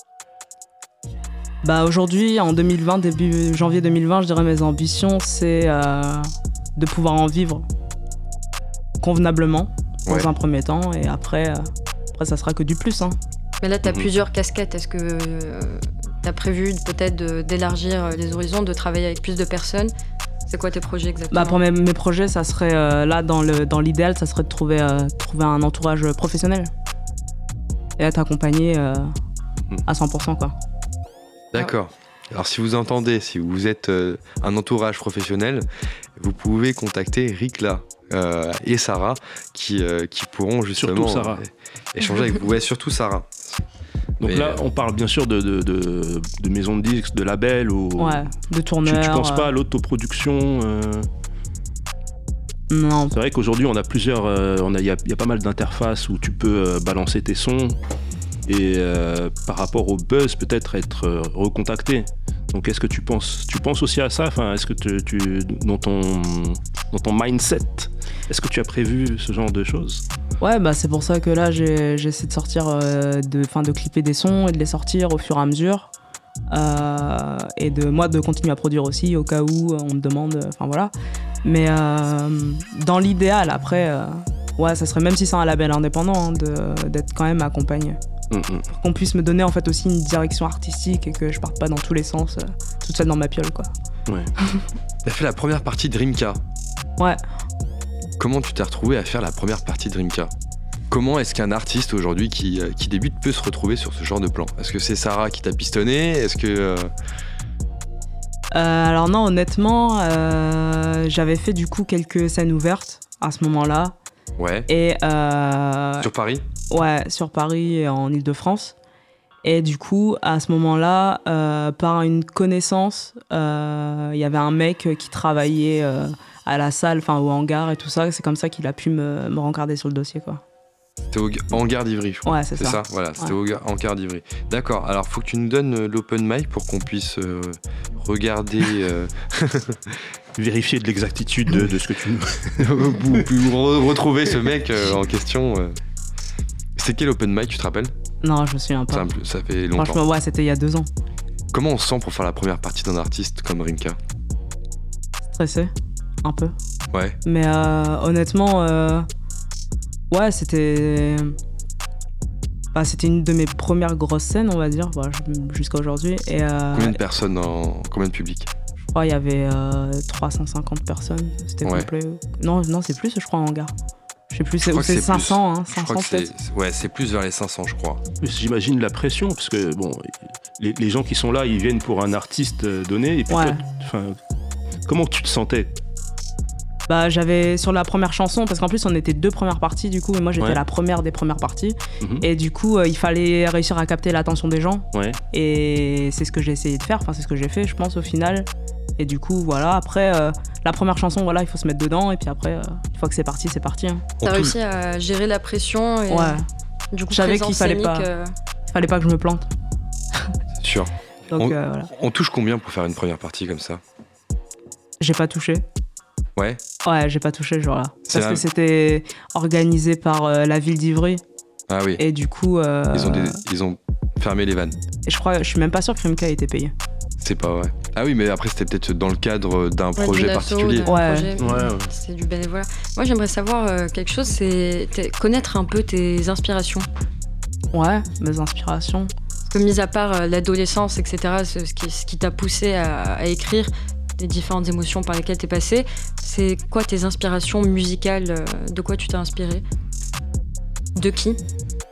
Bah aujourd'hui, en deux mille vingt, début janvier deux mille vingt, je dirais mes ambitions, c'est euh, de pouvoir en vivre convenablement dans Ouais. un premier temps, et après, euh, après ça sera que du plus. Hein. Mais là, tu as Mhm. plusieurs casquettes. Est-ce que euh, tu as prévu peut-être de- d'élargir les horizons, de travailler avec plus de personnes? C'est quoi tes projets exactement? Bah pour mes, mes projets, ça serait euh, là dans le dans l'idéal, ça serait de trouver euh, trouver un entourage professionnel et être accompagné euh, à cent pour cent quoi. D'accord. Alors si vous entendez, si vous êtes euh, un entourage professionnel, vous pouvez contacter Rick là euh, et Sarah qui, euh, qui pourront justement Surtout Sarah. euh, échanger avec vous. Ouais, surtout Sarah. Donc Mais, là, euh, on parle bien sûr de, de, de, de maisons de disques, de labels ou... Ouais, de Tu, tourneurs. tu penses pas à euh, l'autoproduction euh, Non. C'est vrai qu'aujourd'hui, on a plusieurs... euh, on a- Il y, a, il y a pas mal d'interfaces où tu peux euh, balancer tes sons et euh, par rapport au buzz, peut-être être euh, recontacté. Donc est-ce que tu penses, tu penses aussi à ça? Enfin, est-ce que tu, tu, dans, ton, dans ton mindset, est-ce que tu as prévu ce genre de choses? Ouais, bah c'est pour ça que là j'ai j'essaie de sortir, euh, de, fin, de clipper des sons et de les sortir au fur et à mesure. Euh, et de moi de continuer à produire aussi au cas où on me demande, enfin voilà. Mais euh, dans l'idéal, après, euh, ouais, ça serait même si c'est un label indépendant, hein, de- d'être quand même accompagné. Hum, hum. Pour qu'on puisse me donner en fait aussi une direction artistique et que je parte pas dans tous les sens, euh, toute seule dans ma piole quoi. Ouais. T'as fait la première partie de Rimka. Ouais. Comment tu t'es retrouvé à faire la première partie de Rimka? Comment est-ce qu'un artiste aujourd'hui qui, euh, qui débute peut se retrouver sur ce genre de plan? Est-ce que c'est Sarah qui t'a pistonné? Est-ce que... euh, Euh, alors non, honnêtement, euh, j'avais fait du coup quelques scènes ouvertes à ce moment-là. Ouais. Et euh, Sur Paris? ouais, sur Paris et en Ile-de-France. Et du coup, à ce moment-là, euh, par une connaissance, euh, il y avait un mec qui travaillait euh, à la salle, enfin au hangar et tout ça. C'est comme ça qu'il a pu me, me rencarder sur le dossier, quoi. C'était au hangar d'Ivry, je crois. Ouais, c'est C'est ça. ça, voilà, c'était Ouais. au ga- hangar d'Ivry. D'accord, alors faut que tu nous donnes euh, l'open mic pour qu'on puisse euh, regarder... euh, Vérifier de l'exactitude de, de ce que tu nous... ou- ou re- retrouver ce mec euh, en question. euh. C'est quel open mic, tu te rappelles? Non, je me souviens pas. Simple, ça fait longtemps. Franchement, ouais, c'était il y a deux ans. Comment on se sent pour faire la première partie d'un artiste comme Rimka? Stressé, un peu. Ouais. Mais euh, honnêtement, euh, ouais, c'était. Bah, c'était une de mes premières grosses scènes, on va dire, voilà, jusqu'à aujourd'hui. Et euh, Combien de personnes en... Combien de public? je crois qu'il y avait euh, trois cent cinquante personnes. C'était Ouais. complet. Non, non, c'est plus, je crois, en hangar. Je sais plus, Je c'est, crois ou que c'est c'est cinq cents, hein, Je cinq crois cents que c'est... peut-être. Ouais, c'est plus vers les cinq cents, je crois. J'imagine la pression, parce que bon, les, les gens qui sont là, ils viennent pour un artiste euh, donné, et puis Ouais. toi, enfin, comment tu te sentais? Bah, j'avais sur la première chanson, parce qu'en plus on était deux premières parties du coup, et moi j'étais Ouais. la première des premières parties. Mhm. Et du coup, euh, il fallait réussir à capter l'attention des gens. Ouais. Et c'est ce que j'ai essayé de faire, enfin c'est ce que j'ai fait, je pense, au final. Et du coup, voilà, après, euh, la première chanson, voilà, il faut se mettre dedans, et puis après, euh, une fois que c'est parti, c'est parti. Hein. On T'as touche- réussi à gérer la pression et Ouais, du coup Je savais présence qu'il fallait scénique, pas. euh, fallait pas que je me plante. C'est sûr. Donc On- euh, voilà. On touche combien pour faire une première partie comme ça? J'ai pas touché. Ouais. Ouais, j'ai pas touché ce jour-là. C'est Parce un- que c'était organisé par euh, la ville d'Ivry. Ah oui. Et du coup. euh, Ils, ont des- ils ont fermé les vannes. Et je crois, je suis même pas sûr que Rimka ait été payé. C'est pas vrai. Ah oui, mais après, c'était peut-être dans le cadre d'un ouais, projet d'une asso, particulier. d'un Ouais. projet, Ouais, ouais. C'est du bénévolat. Moi, j'aimerais savoir euh, quelque chose, c'est t'es- connaître un peu tes inspirations. Ouais, mes inspirations. Parce que, mis à part euh, l'adolescence, et cetera, ce, ce qui, ce qui t'a poussé à, à écrire, les différentes émotions par lesquelles t'es passé, c'est quoi tes inspirations musicales? euh, De quoi tu t'es inspiré? De qui?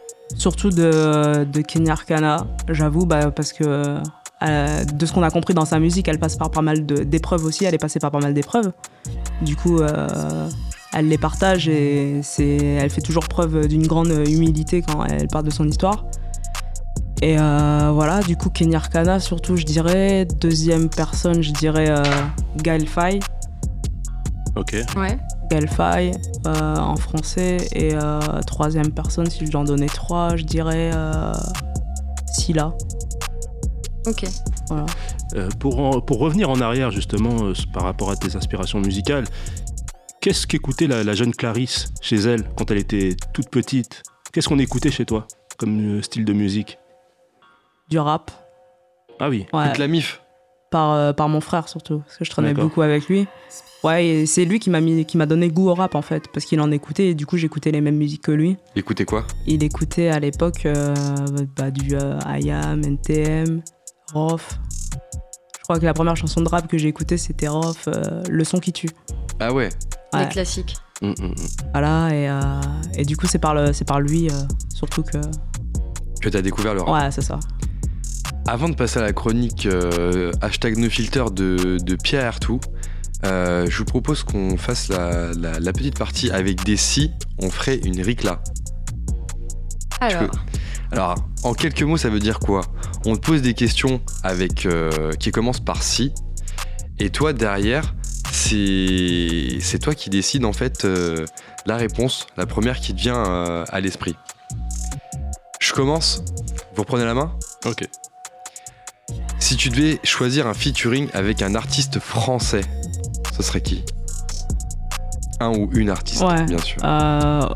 surtout de, de Kenny Arcana, j'avoue, bah, parce que euh, de ce qu'on a compris dans sa musique, elle passe par pas mal de, d'épreuves aussi, elle est passée par pas mal d'épreuves. Du coup, euh, elle les partage et c'est, elle fait toujours preuve d'une grande humilité quand elle parle de son histoire. Et euh, voilà, du coup, Kenny Arcana, surtout, je dirais. Deuxième personne, je dirais euh, Gaël Faye. Ok. Ouais. Gaël Faye, euh, en français. Et euh, troisième personne, si je dois en donner trois, je dirais euh, Scylla. Ok. Voilà. Euh, pour, en- pour revenir en arrière justement euh, par rapport à tes inspirations musicales, qu'est-ce qu'écoutait la, la jeune Clarisse chez elle quand elle était toute petite? Qu'est-ce qu'on écoutait chez toi comme euh, style de musique? Du rap. Ah oui. Ouais. Toute la mif. Par, euh, par mon frère surtout, parce que je traînais D'accord. beaucoup avec lui. Ouais, et c'est lui qui m'a, mis, qui m'a donné goût au rap en fait, parce qu'il en écoutait et du coup j'écoutais les mêmes musiques que lui. Écoutez quoi? Il écoutait à l'époque euh, bah, du euh, I A M, N T M, Rof. Je crois que la première chanson de rap que j'ai écoutée c'était Rof, euh, Le son qui tue. Ah ouais. Ouais. Les classiques. Hum, hum, hum. Voilà, et, euh, et du coup c'est par, le, c'est par lui euh, surtout que... Que t'as découvert le rap. Ouais, c'est ça. Avant de passer à la chronique euh, hashtag NoFilter de, de Pierre Artout, euh, je vous propose qu'on fasse la, la, la petite partie avec des si. On ferait une ricla. Alors, Alors, en quelques mots, ça veut dire quoi? On te pose des questions avec, euh, qui commencent par si, et toi, derrière, c'est, c'est toi qui décides en fait euh, la réponse, la première qui te vient euh, à l'esprit. Je commence. Vous reprenez la main? Ok. Si tu devais choisir un featuring avec un artiste français, ce serait qui? Un ou une artiste, Ouais. bien sûr. Euh...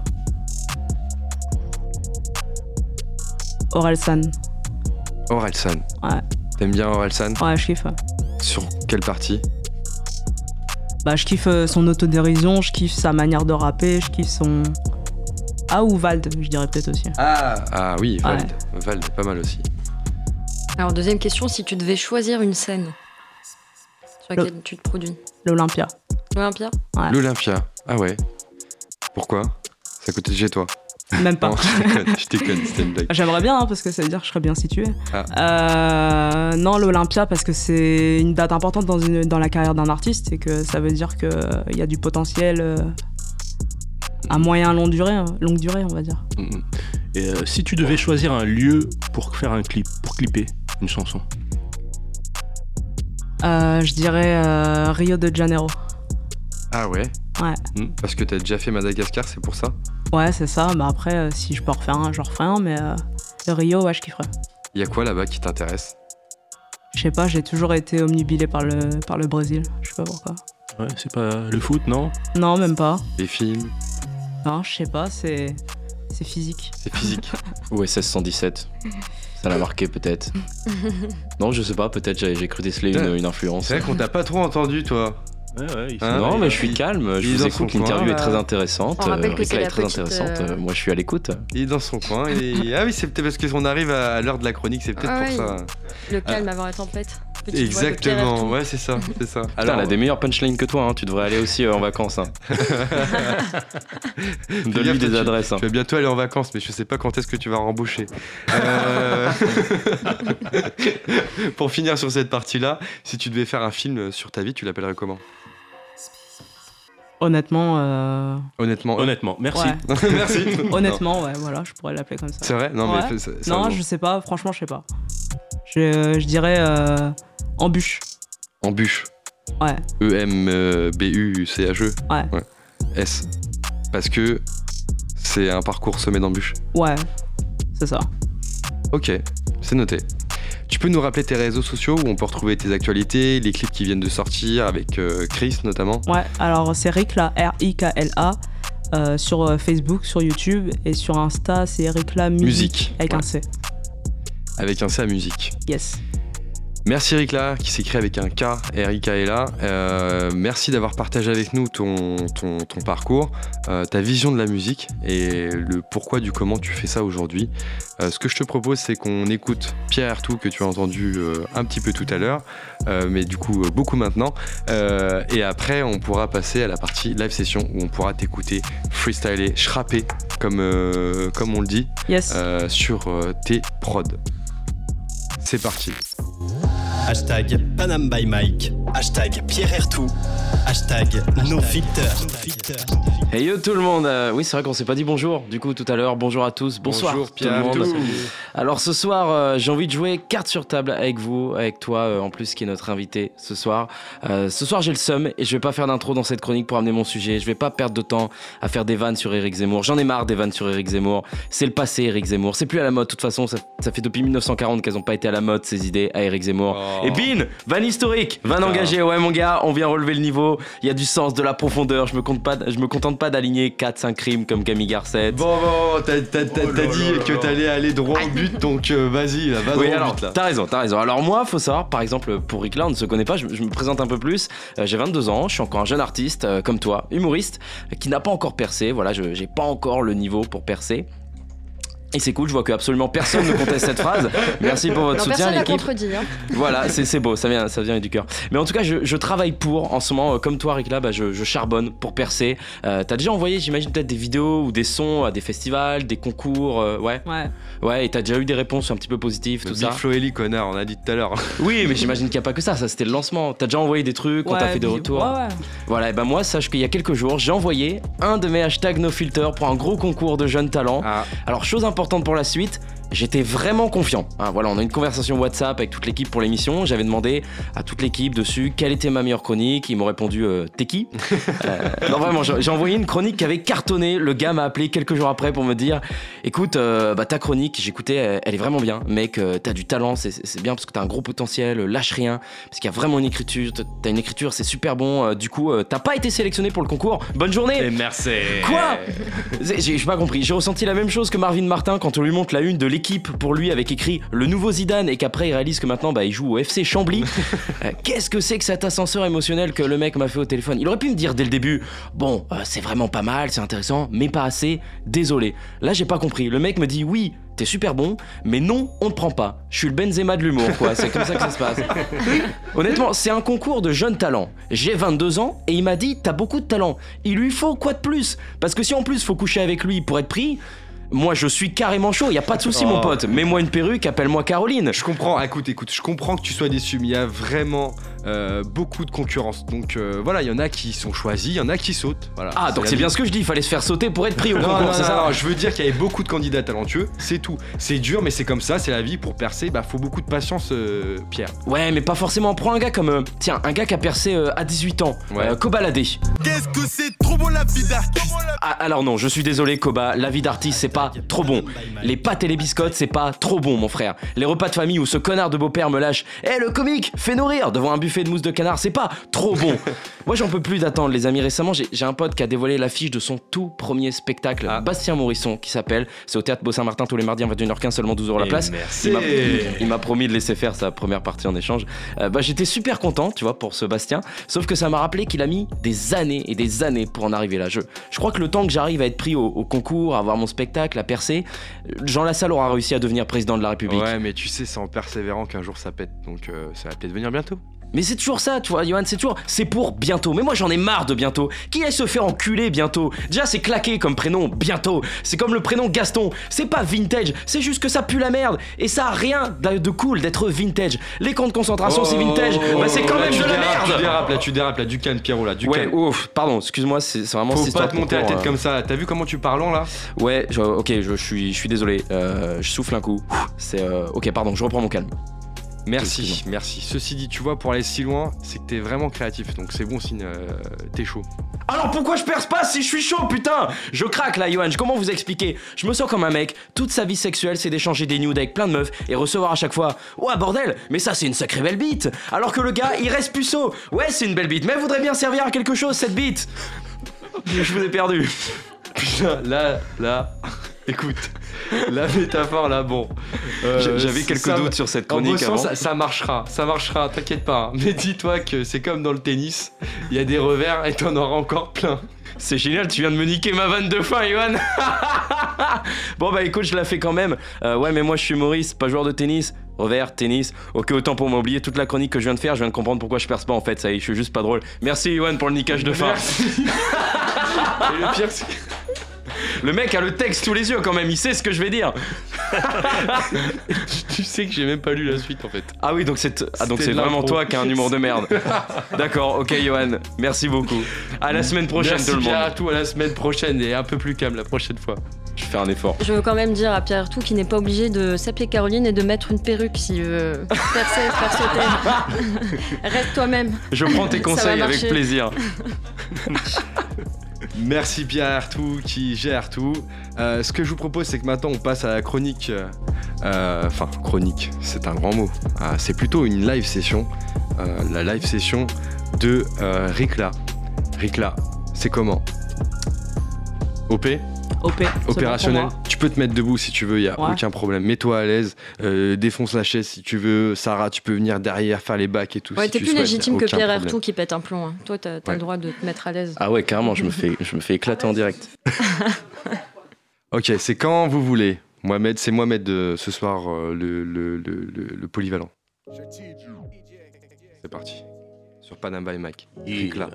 Orelsan. Orelsan. Ouais. T'aimes bien Orelsan? Ouais, je kiffe. Sur quelle partie? Bah, je kiffe euh, son autodérision, je kiffe sa manière de rapper, je kiffe son... Ah, ou Vald, je dirais peut-être aussi. Ah, ah oui, Vald. Ouais. Vald, pas mal aussi. alors, deuxième question, si tu devais choisir une scène sur Le- laquelle tu te produis. L'Olympia. L'Olympia? Ouais. L'Olympia. Ah ouais. Pourquoi? C'est à côté de chez toi. Même pas. Non, je déconne, je déconne, c'était une blague. J'aimerais bien, hein, parce que ça veut dire que je serais bien située. Ah. Euh, non, l'Olympia, parce que c'est une date importante dans, une, dans la carrière d'un artiste et que ça veut dire qu'il y a du potentiel euh, à moyen long durée, hein, longue durée, on va dire. Hum, hum. Et euh, si tu devais choisir un lieu pour faire un clip, pour clipper une chanson? Euh, je dirais euh, Rio de Janeiro. Ah ouais. Ouais. Hmm, Parce que t'as déjà fait Madagascar, c'est pour ça? Ouais, c'est ça. Bah après, euh, si je peux en refaire un, j'en referai un, mais euh, le Rio, ouais, je kifferais. Il y a quoi là-bas qui t'intéresse? Je sais pas, j'ai toujours été omnubilé par le, par le Brésil. Je sais pas pourquoi. Ouais, c'est pas le foot, non? Non, même pas. Les films? Non, je sais pas, c'est, c'est physique. C'est physique. O S S cent dix-sept. Ça l'a marqué peut-être. Non, je sais pas, peut-être j'ai, j'ai cru déceler une, une influence. C'est vrai qu'on t'a pas trop entendu, toi. Ouais, ouais. il Hein, non, il- mais je suis il- calme, il je est vous dans écoute, son l'interview coin, est très là. intéressante. On rappelle euh, que c'est Ricla la est très petite, intéressante, euh, euh, moi je suis à l'écoute. Il est dans son coin. Et... Ah oui, c'est peut-être parce qu'on arrive à à l'heure de la chronique, c'est peut-être Ah pour oui. ça. Le calme avant la tempête. Petite voix de Pierre Exactement, Artout. ouais, c'est ça, c'est ça. Putain, Alors, elle a des meilleures punchlines que toi, hein. Tu devrais aller aussi euh, en vacances. Hein. Donne-lui gaffe, des toi, adresses. hein. tu vas bientôt aller en vacances, mais je sais pas quand est-ce que tu vas rembaucher. Euh, Pour finir sur cette partie-là, si tu devais faire un film sur ta vie, tu l'appellerais comment? Honnêtement, euh, Honnêtement. Honnêtement, merci. ouais. Merci. Honnêtement, ouais, voilà, je pourrais l'appeler comme ça. C'est vrai? Non, Ouais. mais c'est- c'est Non, un je nom. sais pas, franchement, je sais pas. Je, je dirais euh, embûche. Embûche. Ouais, E M B U C H E. ouais, S. Parce que c'est un parcours semé d'embûches. ouais, c'est ça. Ok, c'est noté. Tu peux nous rappeler tes réseaux sociaux où on peut retrouver tes actualités, les clips qui viennent de sortir avec euh, Chris notamment? Ouais, alors c'est Rikla, R I K L A, euh, sur euh, Facebook, sur YouTube et sur Insta, c'est Rikla Musique, Musique, avec ouais. un C. Avec un C à musique. Yes. Merci Ricla, qui s'écrit avec un K, R-I-K-L-A. Euh, merci d'avoir partagé avec nous ton, ton, ton parcours, euh, ta vision de la musique et le pourquoi du comment tu fais ça aujourd'hui. Euh, ce que je te propose, c'est qu'on écoute Pierre Ertout, que tu as entendu euh, un petit peu tout à l'heure, euh, mais du coup euh, beaucoup maintenant. Euh, et après, on pourra passer à la partie live session où on pourra t'écouter freestyler, schrapper, comme, euh, comme on le dit, Yes. euh, sur euh, tes prods. C'est parti. Hashtag Panam by Mike. Hashtag Pierre Ertout. Hashtag NoFilter. Hey yo tout le monde, euh, oui c'est vrai qu'on s'est pas dit bonjour du coup tout à l'heure, bonjour à tous, bonsoir Bonjour, tout Pierre le monde. Ertout. Alors ce soir euh, j'ai envie de jouer carte sur table avec vous, avec toi euh, en plus qui est notre invité ce soir. Euh, ce soir j'ai le seum et je vais pas faire d'intro dans cette chronique pour amener mon sujet, je vais pas perdre de temps à faire des vannes sur Éric Zemmour, j'en ai marre des vannes sur Éric Zemmour, c'est le passé Éric Zemmour, c'est plus à la mode de toute façon, ça, ça fait depuis dix-neuf cent quarante qu'elles ont pas été à la mode ces idées à Éric Zemmour. Oh. Et bin, vanne historique, vanne engagée, ouais mon gars, on vient relever le niveau, il y a du sens, de la profondeur, je me, compte pas, je me contente pas d'aligner quatre cinq crimes comme Camille Garcette. Bon, bon, t'as, t'as, t'as, Oh t'as là dit là que là. t'allais aller droit au but, donc euh, vas-y, là, va Oui, droit alors, au but, là. t'as raison, t'as raison. Alors moi, faut savoir, par exemple, pour Rick là, on ne se connaît pas, je, je me présente un peu plus. Euh, j'ai vingt-deux ans, je suis encore un jeune artiste, euh, comme toi, humoriste, euh, qui n'a pas encore percé. Voilà, je, j'ai pas encore le niveau pour percer. Et c'est cool, je vois que absolument personne ne conteste cette phrase. Merci pour votre Non, soutien, personne n'a l'équipe. contredit. Hein. Voilà, c'est, c'est beau, ça vient, ça vient du cœur. Mais en tout cas, je, je travaille pour, en ce moment, euh, comme toi, Rick, là, bah, je, je charbonne pour percer. Euh, t'as déjà envoyé, j'imagine, peut-être des vidéos ou des sons à des festivals, des concours, euh, ouais. Ouais. Ouais, et t'as déjà eu des réponses un petit peu positives, tout Big ça. Flo Eli, connard, on a dit tout à l'heure. Oui, mais j'imagine qu'il n'y a pas que ça, ça c'était le lancement. T'as déjà envoyé des trucs, on t'a Ouais, fait des puis- retours. Ouais, ouais. Voilà, et ben moi, sache qu'il y a quelques jours, j'ai envoyé un de mes hashtags NoFilter pour un gros concours de jeunes talents. Ah, Alors, chose importante pour la suite, j'étais vraiment confiant. Hein, voilà, on a une conversation WhatsApp avec toute l'équipe pour l'émission. J'avais demandé à toute l'équipe dessus quelle était ma meilleure chronique. Ils m'ont répondu euh, t'es qui euh, Non, vraiment, j'ai, j'ai envoyé une chronique qui avait cartonné. Le gars m'a appelé quelques jours après pour me dire écoute, euh, bah, ta chronique, j'écoutais, elle, elle est vraiment bien. Mec, euh, t'as du talent, c'est, c'est, c'est bien parce que t'as un gros potentiel. Lâche rien, parce qu'il y a vraiment une écriture. T'as une écriture, c'est super bon. Euh, du coup, euh, t'as pas été sélectionné pour le concours. Bonne journée. et merci. Quoi j'ai, j'ai, j'ai pas compris. J'ai ressenti la même chose que Marvin Martin quand on lui montre la une de l'équipe pour lui avec écrit le nouveau Zidane et qu'après il réalise que maintenant bah, il joue au F C Chambly. Euh, qu'est-ce que c'est que cet ascenseur émotionnel que le mec m'a fait au téléphone? Il aurait pu me dire dès le début bon, euh, c'est vraiment pas mal, c'est intéressant, mais pas assez. Désolé. Là j'ai pas compris. Le mec me dit oui. T'es super bon, mais non, on te prend pas. Je suis le Benzema de l'humour, quoi. C'est comme ça que ça se passe. Honnêtement, c'est un concours de jeunes talents. J'ai vingt-deux ans et il m'a dit t'as beaucoup de talent. Il lui faut quoi de plus? Parce que si en plus faut coucher avec lui pour être pris, moi je suis carrément chaud. Y a pas de souci, Oh. mon pote. Mets-moi une perruque, appelle-moi Caroline. Je comprends, écoute, écoute, je comprends que tu sois déçu, mais il y a vraiment euh, beaucoup de concurrence. Donc euh, voilà, il y en a qui sont choisis, il y en a qui sautent. Voilà, Ah, donc la c'est vie. bien ce que je dis. Il fallait se faire sauter pour être pris au Non, concours, non, c'est non, ça? non, je veux dire qu'il y avait beaucoup de candidats talentueux, c'est tout. C'est dur, mais c'est comme ça, c'est la vie. Pour percer, bah faut beaucoup de patience, euh, Pierre. Ouais, mais pas forcément. Prends un gars comme euh, tiens, un gars qui a percé euh, à dix-huit ans, Ouais. euh, Kobalade. Qu'est-ce que c'est trop bon la vie d'artiste. Ah, alors non, je suis désolé Koba, la vie d'artiste c'est pas trop bon. Les pâtes et les biscottes c'est pas trop bon mon frère. Les repas de famille où ce connard de beau-père me lâche « Eh le comique, fais-nous rire !» devant un buffet de mousse de canard, c'est pas trop bon. Moi j'en peux plus d'attendre les amis. Récemment j'ai, j'ai un pote qui a dévoilé l'affiche de son tout premier spectacle, Ah. Bastien Morisson, qui s'appelle, c'est au Théâtre Beau-Saint-Martin tous les mardis à vingt et une heures quinze, seulement douze euros la Et place. merci. Il m'a, il m'a promis de laisser faire sa première partie en échange. Euh, bah, j'étais super content, tu vois, pour ce Bastien. Sauf que ça m'a rappelé qu'il a mis des années et des années pour en arriver là. Je, je crois que le temps que j'arrive à être pris au, au concours, à avoir mon spectacle, à percer, Jean Lassalle aura réussi à devenir président de la République. Ouais, mais tu sais, c'est en persévérant qu'un jour ça pète. Donc euh, ça va peut-être venir bientôt. Mais c'est toujours ça, tu vois, Johan, c'est toujours, c'est pour bientôt. Mais moi j'en ai marre de bientôt. Qui est se faire enculer bientôt? Déjà c'est claqué comme prénom, bientôt. C'est comme le prénom Gaston. C'est pas vintage, c'est juste que ça pue la merde. Et ça a rien de de cool d'être vintage. Les camps de concentration c'est vintage, bah c'est quand là, même tu de la dérapes, Tu merde. dérapes là, tu dérapes là, du calme, Pierrot là, du Ouais, calme. ouf, pardon, excuse-moi, c'est, c'est vraiment Faut cette pas histoire te monter la pour, tête euh, comme ça. T'as vu comment tu parles là? Ouais, je- ok, je, je suis, je suis désolé. Euh, je souffle un coup. C'est euh, ok, pardon, je reprends mon calme. Merci, Excuse-moi. merci. Ceci dit, tu vois, pour aller si loin, c'est que t'es vraiment créatif. Donc c'est bon signe, euh, t'es chaud. Alors pourquoi je perce pas si je suis chaud, putain? Je craque là, Johan, comment vous expliquer? Je me sens comme un mec, toute sa vie sexuelle c'est d'échanger des nudes avec plein de meufs et recevoir à chaque fois « Ouais bordel, mais ça c'est une sacrée belle bite !» Alors que le gars, il reste puceau. Ouais, c'est une belle bite, mais elle voudrait bien servir à quelque chose cette bite. Je vous ai perdu. Putain, là, là. Écoute, la métaphore là, bon. euh, J'avais quelques ça- doutes sur cette En chronique bossant, avant. ça, ça marchera, ça marchera, t'inquiète pas. hein. Mais dis-toi que c'est comme dans le tennis, il y a des revers et t'en auras encore plein. C'est génial, tu viens de me niquer ma vanne de fin, Yohan. Bon bah écoute, je la fais quand même. Euh, ouais, mais moi je suis Maurice, pas joueur de tennis. Revers, tennis. Ok, autant pour m'oublier toute la chronique que je viens de faire. Je viens de comprendre pourquoi je perce pas en fait. Ça y est, je suis juste pas drôle. Merci Yohan pour le niquage de fin. Merci. Et le pire, c'est Le mec a le texte sous les yeux quand même, il sait ce que je vais dire. tu sais que j'ai même pas lu la suite en fait. Ah oui, donc c'est ah, donc C'était c'est de vraiment l'impro. toi qui as un humour de merde. D'accord, ok Yohan, merci beaucoup. À la semaine prochaine Merci tout le Pierre monde. Artout, à la semaine prochaine et un peu plus calme la prochaine fois. Je vais faire un effort. Je veux quand même dire à Pierre Artout qu'il n'est pas obligé de s'appeler Caroline et de mettre une perruque s'il veut percer, faire sauter. Reste toi-même. Je prends tes Ça conseils va avec marcher. plaisir. Merci Pierre Artout qui gère tout. Euh, ce que je vous propose, c'est que maintenant on passe à la chronique. euh, Enfin, chronique, c'est un grand mot. Euh, c'est plutôt une live session. Euh, la live session de euh, Rikla. Rikla, c'est comment? O P? O P. c'est Opérationnel. bon pour moi. Tu peux te mettre debout si tu veux, il y a Ouais. aucun problème. Mets-toi à l'aise, euh, défonce la chaise si tu veux. Sarah, tu peux venir derrière faire les bacs et tout. Ouais, si t'es tu plus souhaites, légitime que aucun Pierre problème. Artout qui pète un plomb. hein. Toi, t'as t'as Ouais. le droit de te mettre à l'aise. Ah ouais, carrément, je me fais, je me fais éclater en direct. Ok, c'est quand vous voulez. Mohamed, c'est Mohamed euh, ce soir, euh, le, le, le, le- le polyvalent. C'est parti. Sur Panam by Mike. Rikla.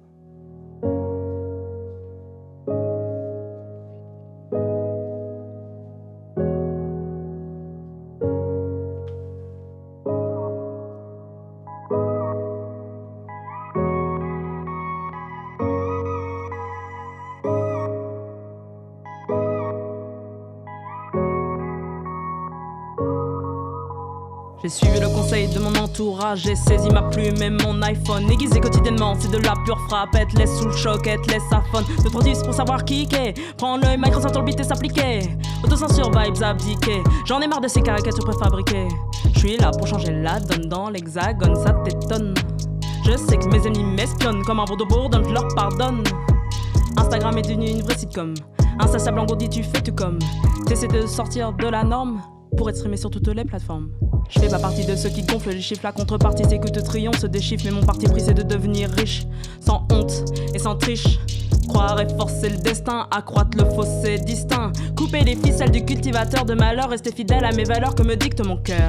J'ai suivi le conseil de mon entourage, j'ai saisi ma plume et mon iPhone. Aiguisé quotidiennement, c'est de la pure frappe. Elle te laisse sous le choc, elle te laisse sa phone. deux trois dix pour savoir kicker. Prends l'œil, Microsoft sur le beat et s'appliquer. Autocensure, vibes abdiquer. J'en ai marre de ces caricatures préfabriquées. Je suis là pour changer la donne dans l'hexagone, ça t'étonne. Je sais que mes ennemis m'espionnent comme un veau de bourdon, je leur pardonne. Instagram est devenu une vraie sitcom. Insatiable engourdi, tu fais tout comme. T'essaies de sortir de la norme pour être streamé sur toutes les plateformes. Je fais pas partie de ceux qui gonflent les chiffres, la contrepartie c'est que te triomphe des chiffres. Mais mon parti pris c'est de devenir riche, sans honte et sans triche. Croire et forcer le destin, accroître le fossé distinct. Couper les ficelles du cultivateur de malheur, rester fidèle à mes valeurs que me dicte mon cœur.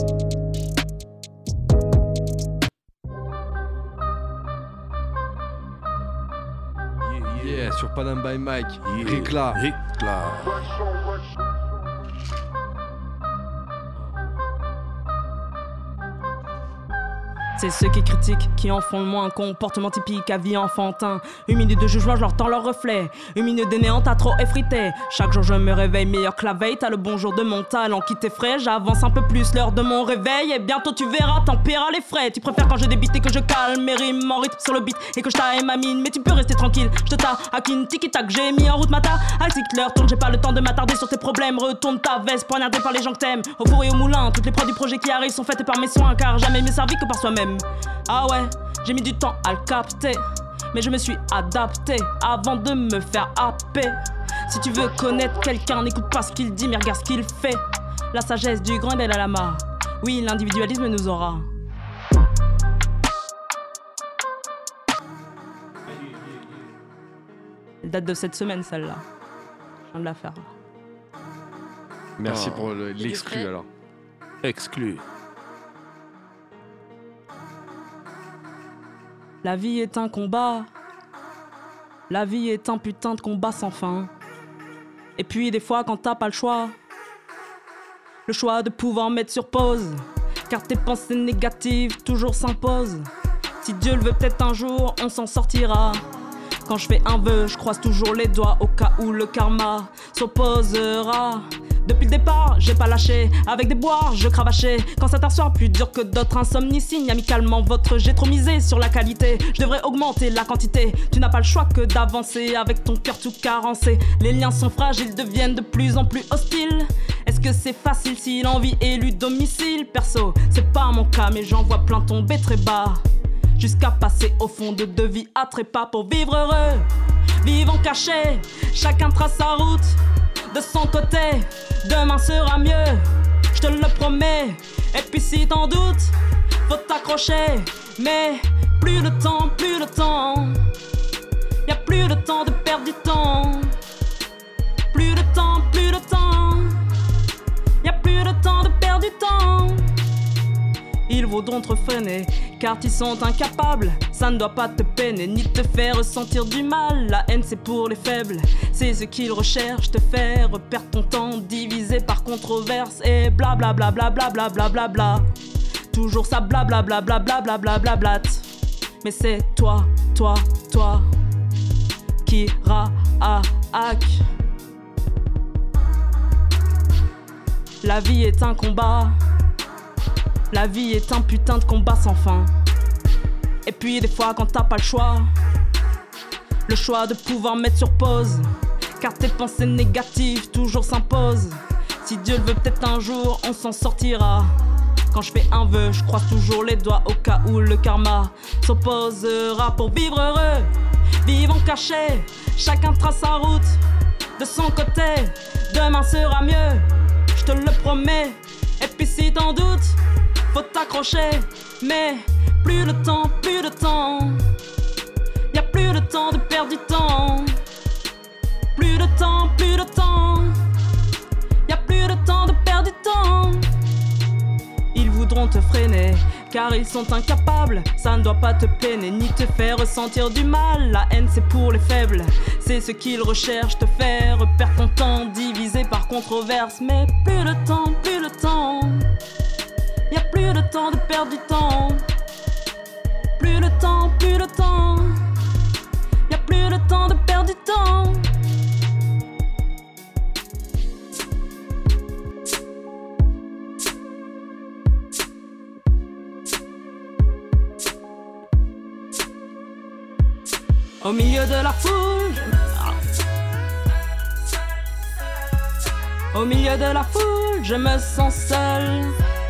Yeah, sur Panam by Mike. Rikla. Rikla. C'est ceux qui critiquent, qui en font le moins. Comportement typique à vie enfantin. Une minute de jugement, je leur tends leur reflet. Une minute de néant, t'as trop effrité. Chaque jour je me réveille meilleur que la veille. T'as le bonjour de mon talent qui t'effraie. J'avance un peu plus l'heure de mon réveil. Et bientôt tu verras, t'en paieras les frais. Tu préfères quand je débite et que je calme mes rimes en rythme sur le beat et que je taille ma mine. Mais tu peux rester tranquille, je te taquine, tiki-tac. J'ai mis en route ma ta. Altique l'heure tourne, j'ai pas le temps de m'attarder sur tes problèmes. Retourne ta veste, poignardé par les gens que t'aimes. Au four et au moulin, toutes les prods du projet qui arrivent sont faites par mes soins. Car jamais mieux servi que par soi-même. Ah ouais, j'ai mis du temps à le capter, mais je me suis adapté avant de me faire happer. Si tu veux connaître quelqu'un, n'écoute pas ce qu'il dit, mais regarde ce qu'il fait. La sagesse du grand Dalai Lama. Oui, l'individualisme nous aura. Elle date de cette semaine, celle-là. Je viens de la faire. Merci Oh. pour le- du l'exclu frais. alors. Exclu. La vie est un combat. La vie est un putain de combat sans fin. Et puis des fois quand t'as pas le choix, le choix de pouvoir mettre sur pause, car tes pensées négatives toujours s'imposent. Si Dieu le veut, peut-être un jour on s'en sortira. Quand je fais un vœu, je croise toujours les doigts au cas où le karma s'opposera. Depuis le départ, j'ai pas lâché. Avec des boires, je cravachais. Quand ça t'assoit, plus dur que d'autres insomnies. Signe amicalement votre, j'ai trop misé sur la qualité. Je devrais augmenter la quantité. Tu n'as pas le choix que d'avancer avec ton cœur tout carencé. Les liens sont fragiles, deviennent de plus en plus hostiles. Est-ce que c'est facile si l'envie élu domicile? Perso, c'est pas mon cas, mais j'en vois plein tomber très bas. Jusqu'à passer au fond de deux vies à trépas pour vivre heureux. Vivons cachés, chacun trace sa route. de son côté, demain sera mieux, je te le promets. Et puis si t'en doutes, faut t'accrocher. Mais plus de temps, plus de temps, y'a plus de temps de perdre du temps. Plus de temps, plus de temps, y'a plus de temps de perdre du temps. Ils voudront te freiner, car ils sont incapables. Ça ne doit pas te peiner, ni te faire ressentir du mal. La haine c'est pour les faibles, c'est ce qu'ils recherchent. Te faire perdre ton temps, divisé par controverse. Et bla bla bla bla bla bla bla bla bla. Toujours ça bla bla bla bla bla bla bla bla bla. Mais c'est toi, toi, toi qui ra-a-hack. La vie est un combat, la vie est un putain de combat sans fin. Et puis des fois quand t'as pas le choix, le choix de pouvoir mettre sur pause, car tes pensées négatives toujours s'imposent. Si Dieu le veut, peut-être un jour on s'en sortira. Quand je fais un vœu, je croise toujours les doigts au cas où le karma s'opposera. Pour vivre heureux, vivons cachés, chacun trace sa route de son côté. Demain sera mieux, je te le promets. Et puis si t'en doutes, faut t'accrocher. Mais plus de temps, plus de temps, y'a plus de temps de perdre du temps. Plus de temps, plus de temps, y'a plus de temps de perdre du temps. Ils voudront te freiner, car ils sont incapables. Ça ne doit pas te peiner, ni te faire ressentir du mal. La haine c'est pour les faibles, c'est ce qu'ils recherchent. Te faire perdre ton temps, divisé par controverse. Mais plus de temps, plus de temps, y'a plus de temps de perdre du temps. Plus de temps, plus de temps, y'a plus de temps de perdre du temps. Au milieu de la foule, au milieu de la foule, je me sens seul.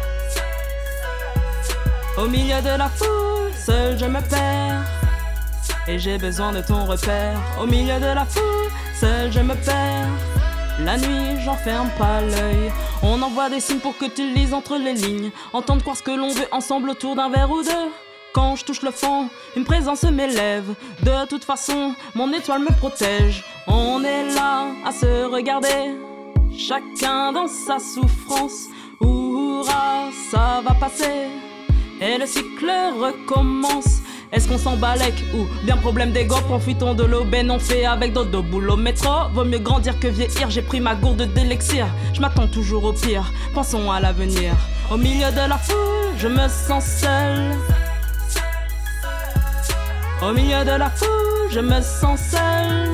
Au milieu de la foule, seul je me perds, et j'ai besoin de ton repère. Au milieu de la foule, seul je me perds. La nuit, j'enferme pas l'œil. On envoie des signes pour que tu lises entre les lignes. Entendre croire ce que l'on veut ensemble autour d'un verre ou deux. Quand je touche le fond, une présence m'élève. De toute façon, mon étoile me protège. On est là à se regarder, chacun dans sa souffrance. Oura, ça va passer, et le cycle recommence. Est-ce qu'on s'en balèque ou bien problème d'ego? Profitons de l'aubaine, on fait avec dodo boulot métro. Vaut mieux grandir que vieillir, j'ai pris ma gourde d'élixir. Je m'attends toujours au pire, pensons à l'avenir. Au milieu de la foule, je me sens seul. Au milieu de la foule, je me sens seul.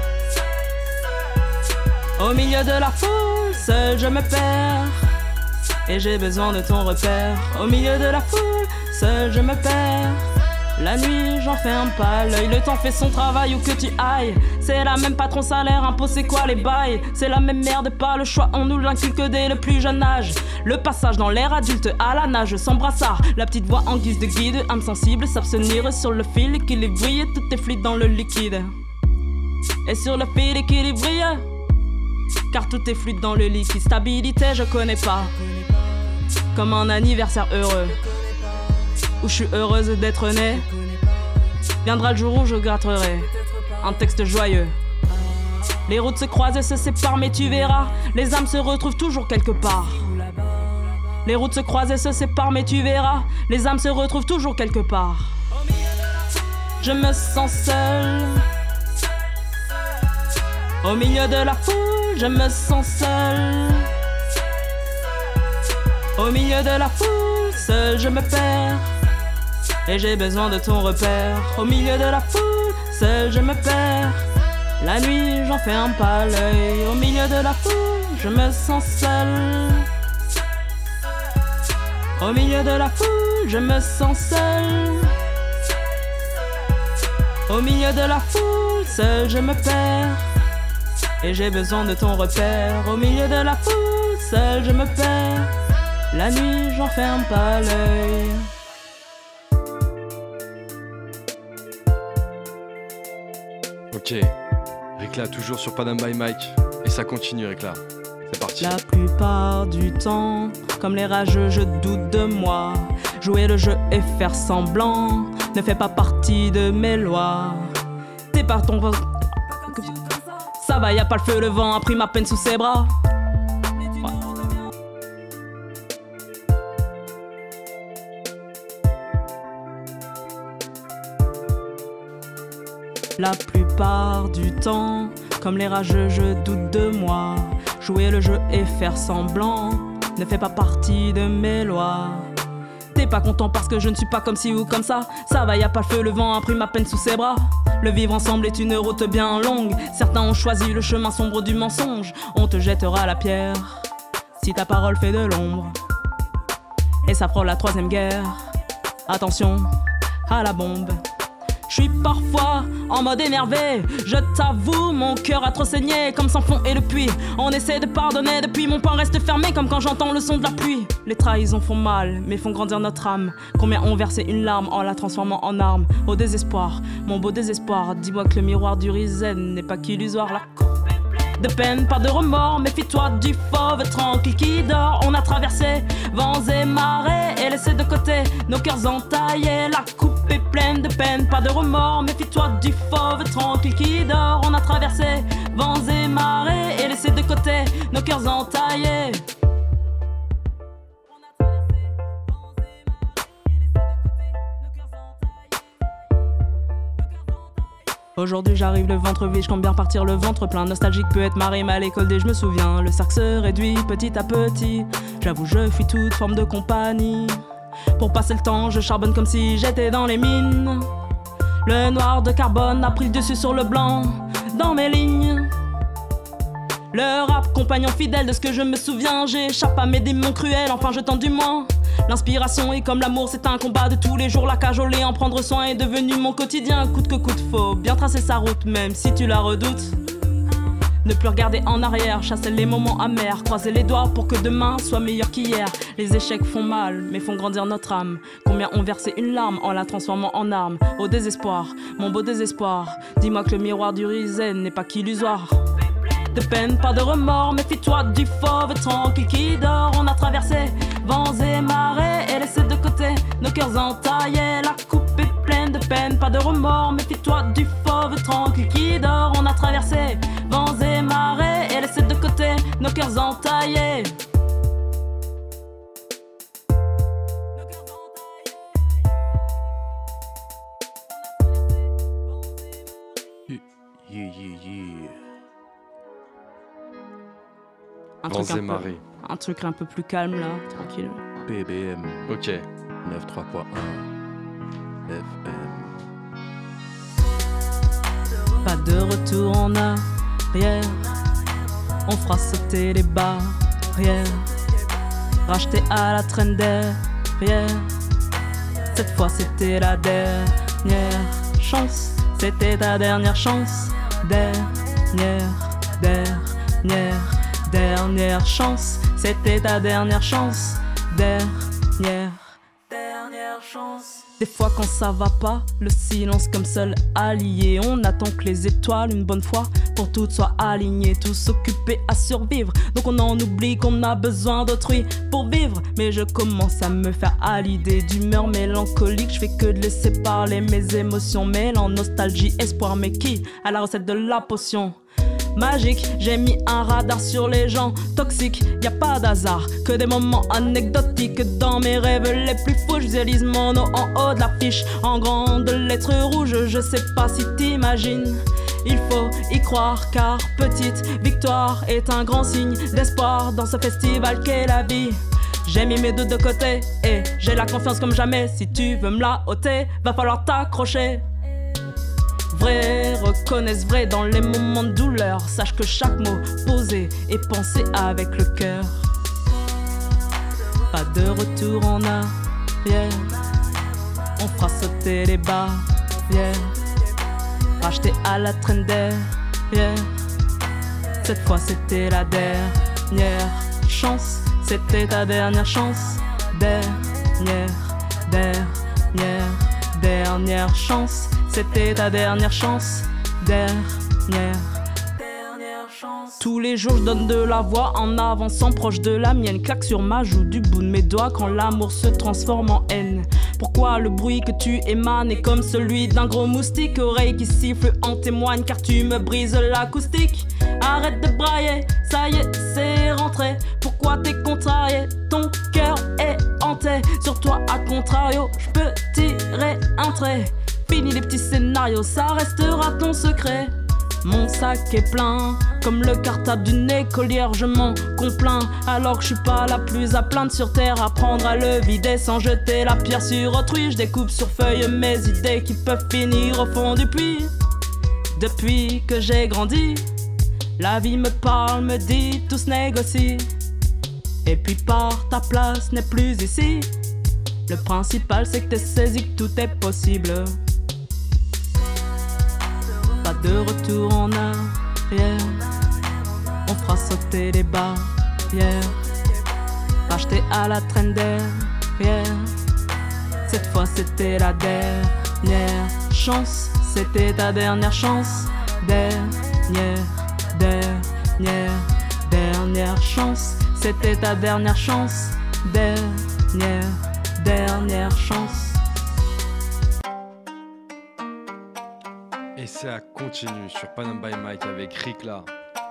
Au milieu de la foule, seul je me perds, et j'ai besoin de ton repère. Au milieu de la foule, seul je me perds. La nuit, j'enferme pas l'œil. Le temps fait son travail où que tu ailles. C'est la même patron salaire, impôt c'est quoi les bails? C'est la même merde, pas le choix, on nous l'inculque dès le plus jeune âge. Le passage dans l'ère adulte à la nage sans brassard. La petite voix en guise de guide, âme sensible, s'abstenir sur le fil équilibre brille, tout est fluide dans le liquide. Et sur le fil équilibre brille, car tout est fluide dans le liquide. Stabilité, je connais pas, comme un anniversaire heureux où je suis heureuse d'être née. Viendra le jour où je gratterai un texte joyeux. Les routes se croisent et se séparent, mais tu verras, les âmes se retrouvent toujours quelque part. Les routes se croisent et se séparent, mais tu verras, les âmes se retrouvent toujours quelque part. Je me sens seul. Au milieu de la foule, je me sens seul. Au milieu de la foule, seul je me perds, et j'ai besoin de ton repère. Au milieu de la foule, seul je me perds. La nuit, j'enferme pas l'œil. Au milieu de la foule, je me sens seul. Au milieu de la foule, je me sens seul. Au milieu de la foule, seul je me perds, et j'ai besoin de ton repère. Au milieu de la foule, seul je me perds. La nuit, j'enferme pas l'œil. Ok, Ricla toujours sur Panam by Mike. Et ça continue avec là. C'est parti. La plupart du temps, comme les rageux, je doute de moi. Jouer le jeu et faire semblant ne fait pas partie de mes lois. T'es pas ton... Ça va, y a pas le feu, le vent a pris ma peine sous ses bras. Ouais. La plupart du temps, comme les rageux, je doute de moi. Jouer le jeu et faire semblant ne fait pas partie de mes lois. T'es pas content parce que je ne suis pas comme ci ou comme ça. Ça va, y a pas le feu, le vent a pris ma peine sous ses bras. Le vivre ensemble est une route bien longue. Certains ont choisi le chemin sombre du mensonge. On te jettera la pierre si ta parole fait de l'ombre. Et ça prend la troisième guerre. Attention à la bombe. Je suis parfois en mode énervé. Je t'avoue, mon cœur a trop saigné comme sans fond et le puits. On essaie de pardonner, depuis mon poing reste fermé comme quand j'entends le son de la pluie. Les trahisons font mal, mais font grandir notre âme. Combien ont versé une larme en la transformant en arme. Au désespoir, mon beau désespoir. Dis-moi que le miroir du Risen n'est pas qu'illusoire. La de peine, pas de remords, méfie-toi du fauve tranquille qui dort. On a traversé vents et marées et laissé de côté nos cœurs entaillés. La coupe est pleine de peine, pas de remords, méfie-toi du fauve tranquille qui dort. On a traversé vents et marées et laissé de côté nos cœurs entaillés. Aujourd'hui j'arrive le ventre vide, je compte bien partir le ventre plein. Nostalgique peut être marée, mais à l'école dès je me souviens. Le cercle se réduit petit à petit. J'avoue je fuis toute forme de compagnie. Pour passer le temps je charbonne comme si j'étais dans les mines. Le noir de carbone a pris le dessus sur le blanc dans mes lignes. Le rap, compagnon fidèle de ce que je me souviens. J'échappe à mes démons cruels, enfin je tente du moins. L'inspiration est comme l'amour, c'est un combat de tous les jours. La cage au lait, en prendre soin est devenu mon quotidien. Coûte que coûte, faut bien tracer sa route, même si tu la redoutes. Ne plus regarder en arrière, chasser les moments amers. Croiser les doigts pour que demain soit meilleur qu'hier. Les échecs font mal, mais font grandir notre âme. Combien ont versé une larme en la transformant en arme. Au désespoir, mon beau désespoir. Dis-moi que le miroir du Risen n'est pas qu'illusoire. De peine, pas de remords, méfie-toi du fauve tranquille qui dort. On a traversé vents et marées et laissé de côté nos cœurs entaillés. La coupe est pleine de peine, pas de remords, méfie-toi du fauve tranquille qui dort. On a traversé vents et marées et laissé de côté nos cœurs entaillés. Yeah, yeah, yeah. Un Vents truc, et un, marées. peu, un truc un peu plus calme là, tranquille. P B M Ok. quatre-vingt-treize point un F M. Pas de retour en arrière. On fera sauter les barrières. Racheté à la traîne derrière. Cette fois c'était la dernière chance. C'était ta dernière chance. Dernière, dernière, dernière chance. C'était ta dernière chance. Dernière, dernière chance. Des fois quand ça va pas, le silence comme seul allié. On attend que les étoiles, une bonne fois, pour toutes soient alignées. Tous occupés à survivre, donc on en oublie qu'on a besoin d'autrui pour vivre. Mais je commence à me faire à l'idée d'humeur mélancolique. Je fais que de laisser parler mes émotions, mêlant nostalgie, espoir. Mais qui a la recette de la potion magique? J'ai mis un radar sur les gens toxiques. Y a pas d'hasard, que des moments anecdotiques. Dans mes rêves les plus fous, je visualise mon nom en haut de l'affiche, en grande lettres rouges. Je sais pas si t'imagines. Il faut y croire car petite victoire est un grand signe d'espoir dans ce festival qu'est la vie. J'ai mis mes doutes de côté et j'ai la confiance comme jamais. Si tu veux me la ôter, va falloir t'accrocher. Vrai, reconnaisse vrai dans les moments de douleur. Sache que chaque mot posé est pensé avec le cœur. Pas de retour en arrière. On fera sauter les barrières. Racheté à la traîne derrière. Cette fois c'était la dernière chance. C'était ta dernière chance. Dernière, dernière, dernière chance. C'était ta dernière chance. Dernière, dernière chance. Tous les jours je donne de la voix en avançant proche de la mienne. Claque sur ma joue du bout de mes doigts quand l'amour se transforme en haine. Pourquoi le bruit que tu émanes est comme celui d'un gros moustique? Oreille qui siffle en témoigne car tu me brises l'acoustique. Arrête de brailler, ça y est c'est rentré. Pourquoi t'es contrarié? Ton cœur est hanté. Sur toi à contrario, je peux tirer un trait. Fini les petits scénarios, ça restera ton secret. Mon sac est plein, comme le cartable d'une écolière, je m'en complains. Alors que je suis pas la plus à plaindre sur terre, apprendre à le vider sans jeter la pierre sur autrui. Je découpe sur feuille mes idées qui peuvent finir au fond du puits. Depuis que j'ai grandi, la vie me parle, me dit tout se négocie. Et puis par ta place n'est plus ici. Le principal c'est que t'es saisi que tout est possible. Pas de retour en arrière. On fera sauter les barrières. Racheté à la traîne derrière. Cette fois c'était la dernière chance. C'était ta dernière chance. Dernière, dernière, dernière chance. C'était ta dernière chance. Dernière, dernière chance. Et ça continue sur Panam by Mike avec Rikla.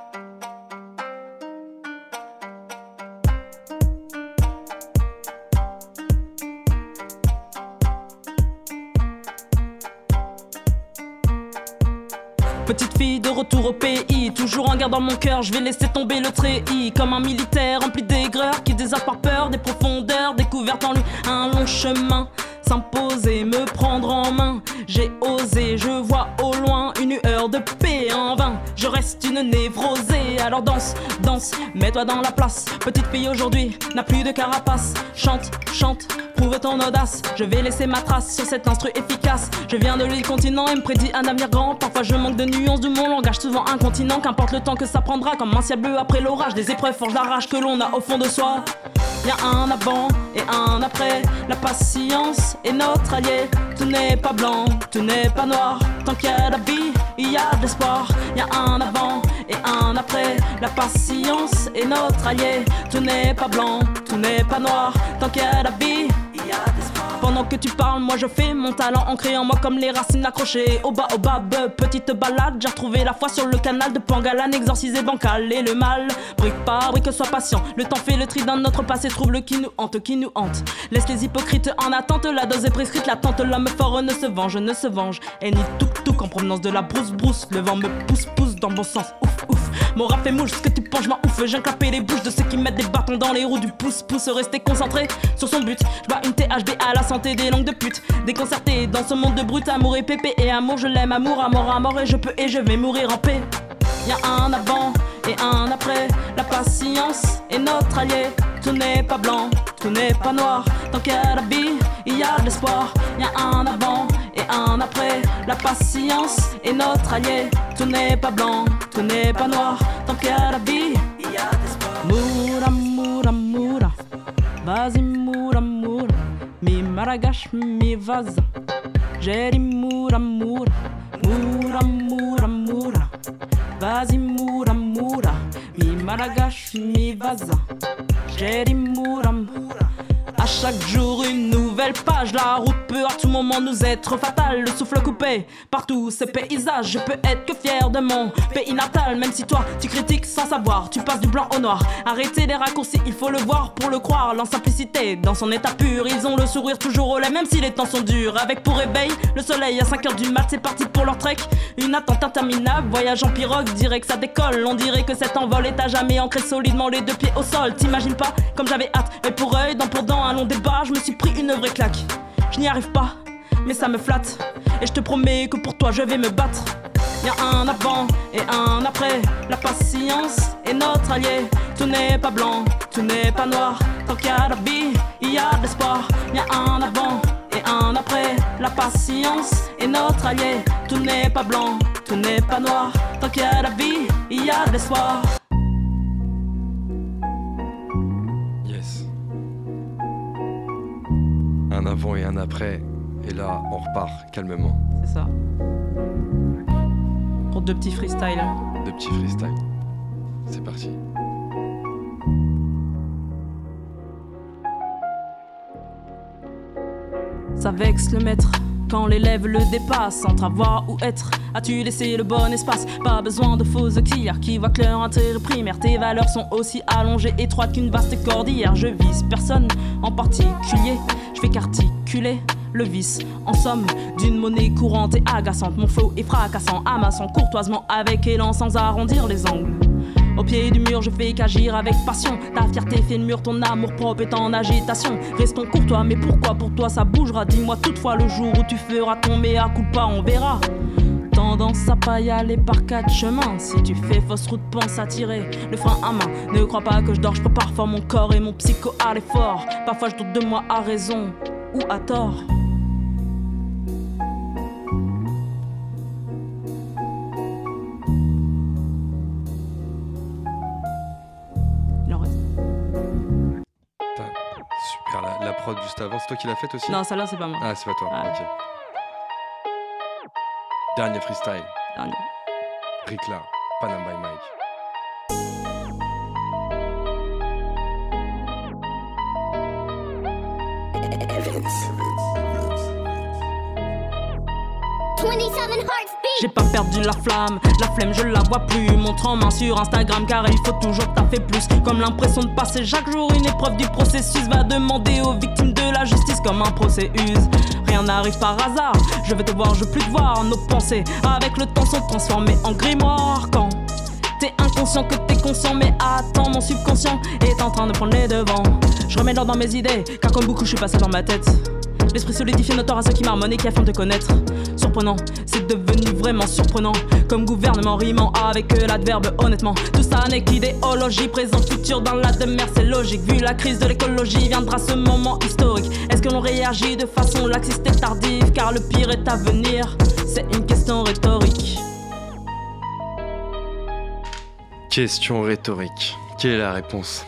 Petite fille de retour au pays, toujours en garde dans mon cœur, je vais laisser tomber le treillis. Comme un militaire rempli d'aigreur qui désarme par peur des profondeurs, découverte en lui un long chemin. S'imposer, me prendre en main, j'ai osé, je vois au loin une lueur de paix en vain. Je reste une névrosée, alors danse, danse, mets-toi dans la place. Petite fille aujourd'hui n'a plus de carapace, chante, chante, prouve ton audace. Je vais laisser ma trace sur cet instru efficace. Je viens de l'île continent et me prédit un avenir grand. Parfois je manque de nuances de mon langage, souvent incontinent. Qu'importe le temps que ça prendra, comme un ciel bleu après l'orage. Des épreuves forgent la rage que l'on a au fond de soi. Y'a un avant et un après, la patience est notre allié. Tout n'est pas blanc, tout n'est pas noir. Tant qu'il y a la vie, il y a de l'espoir. Y'a un avant et un après, la patience est notre allié. Tout n'est pas blanc, tout n'est pas noir. Tant qu'il y a la vie, il y a de l'espoir. Pendant que tu parles, moi je fais mon talent ancré en moi comme les racines accrochées. Au bas, au bas, petite balade, j'ai retrouvé la foi sur le canal de Pangalane, exorcisé bancal et le mal. Brique par brique, sois patient, le temps fait le tri dans notre passé, trouve le qui nous hante, qui nous hante. Laisse les hypocrites en attente, la dose est prescrite, l'attente, l'homme fort ne se venge, ne se venge. Et ni touk-touk en provenance de la brousse-brousse, le vent me pousse-pousse dans bon sens, ouf, ouf. Mon rap fait mouche, ce que tu penses, j'm'en ouf. J'ai clapé les bouches de ceux qui mettent des bâtons dans les roues du pouce-pouce. Rester concentré sur son but. J'bois une T H B à la santé des langues de pute. Déconcerté dans ce monde de brut, amour et pépé. Et amour, je l'aime, amour, à mort, à mort. Et je peux et je vais mourir en paix. Y'a un avant et un après. La patience est notre allié. Tout n'est pas blanc, tout n'est pas noir. Tant qu'il y a la vie, il y a de l'espoir. Y'a un avant et un après. La patience est notre allié. Tout n'est pas blanc, tout n'est pas noir. Tant qu'il y a la vie, il y a de l'espoir. Moura, moura, moura. Vas-y, moura, moura. Mi maragash, mi vaza. J'ai dit moura, moura. Moura, moura, moura. Vas-y, moura, moura. Mi maragash, mi vaza. J'ai dit moura, moura. À chaque jour une nouvelle page. La route peut à tout moment nous être fatale. Le souffle coupé par tous ces paysages. Je peux être que fier de mon pays natal. Même si toi tu critiques sans savoir. Tu passes du blanc au noir. Arrêtez les raccourcis, il faut le voir pour le croire. L'en simplicité dans son état pur. Ils ont le sourire toujours au lait même si les temps sont durs. Avec pour réveil le soleil à cinq heures du mat. C'est parti pour leur trek. Une attente interminable. Voyage en pirogue, dirait que ça décolle. On dirait que cet envol est à jamais ancré solidement les deux pieds au sol. T'imagines pas comme j'avais hâte. Œil pour œil, dent pour dent, un long débat. Je me suis pris une vraie claque. Je n'y arrive pas, mais ça me flatte. Et je te promets que pour toi je vais me battre. Y'a un avant et un après. La patience est notre allié. Tout n'est pas blanc, tout n'est pas noir. Tant qu'il y a la vie, il y a de l'espoir. Y'a un avant et un après. La patience est notre allié. Tout n'est pas blanc, tout n'est pas noir. Tant qu'il y a la vie, il y a de l'espoir. Un avant et un après, et là on repart calmement. C'est ça. Pour deux petits freestyles. Deux petits freestyles. C'est parti. Ça vexe le maître quand l'élève le dépasse, sans avoir où être. As-tu laissé le bon espace? Pas besoin de faux auxiliaires qui voient que leur intérêt primaire. Tes valeurs sont aussi allongées, étroites qu'une vaste cordillère. Je vise personne en particulier, je fais qu'articuler le vice, en somme, d'une monnaie courante et agaçante. Mon flow est fracassant, amassant courtoisement avec élan sans arrondir les angles. Au pied du mur, je fais qu'agir avec passion. Ta fierté fait le mur, ton amour propre est en agitation. Restons courtois, mais pourquoi pour toi ça bougera? Dis-moi toutefois le jour où tu feras ton mea culpa, on verra. Tendance à pas y aller par quatre chemins. Si tu fais fausse route, pense à tirer le frein à main. Ne crois pas que je dors, je prépare fort mon corps et mon psycho à l'effort. Parfois je doute de moi à raison ou à tort. Super, la, la prod juste avant, c'est toi qui l'as faite aussi? Non, celle-là c'est pas moi. Ah, c'est pas toi, Ah. ok. Dernier freestyle. Dernier. Ricla, Panam by Mike. J'ai pas perdu la flamme, la flemme je la vois plus. Montre en main sur Instagram car il faut toujours taffer plus. Comme l'impression de passer chaque jour une épreuve du processus. Va demander aux victimes de la justice comme un procès use. Rien n'arrive par hasard, je veux te voir, je veux plus te voir. Nos pensées avec le temps sont transformées en grimoire. Quand t'es inconscient que t'es conscient, mais attends, mon subconscient est en train de prendre les devants. Je remets l'ordre dans mes idées, car comme beaucoup je suis passé dans ma tête. L'esprit solidifié notoire à ceux qui marmonnent et qui affirment te connaître. Surprenant, c'est devenu vraiment surprenant. Comme gouvernement rimant avec l'adverbe honnêtement. Tout ça n'est qu'idéologie, présent, futur dans la demeure, c'est logique. Vu la crise de l'écologie, viendra ce moment historique. Est-ce que l'on réagit de façon laxiste et tardive? Car le pire est à venir, c'est une question rhétorique. Question rhétorique. Quelle est la réponse?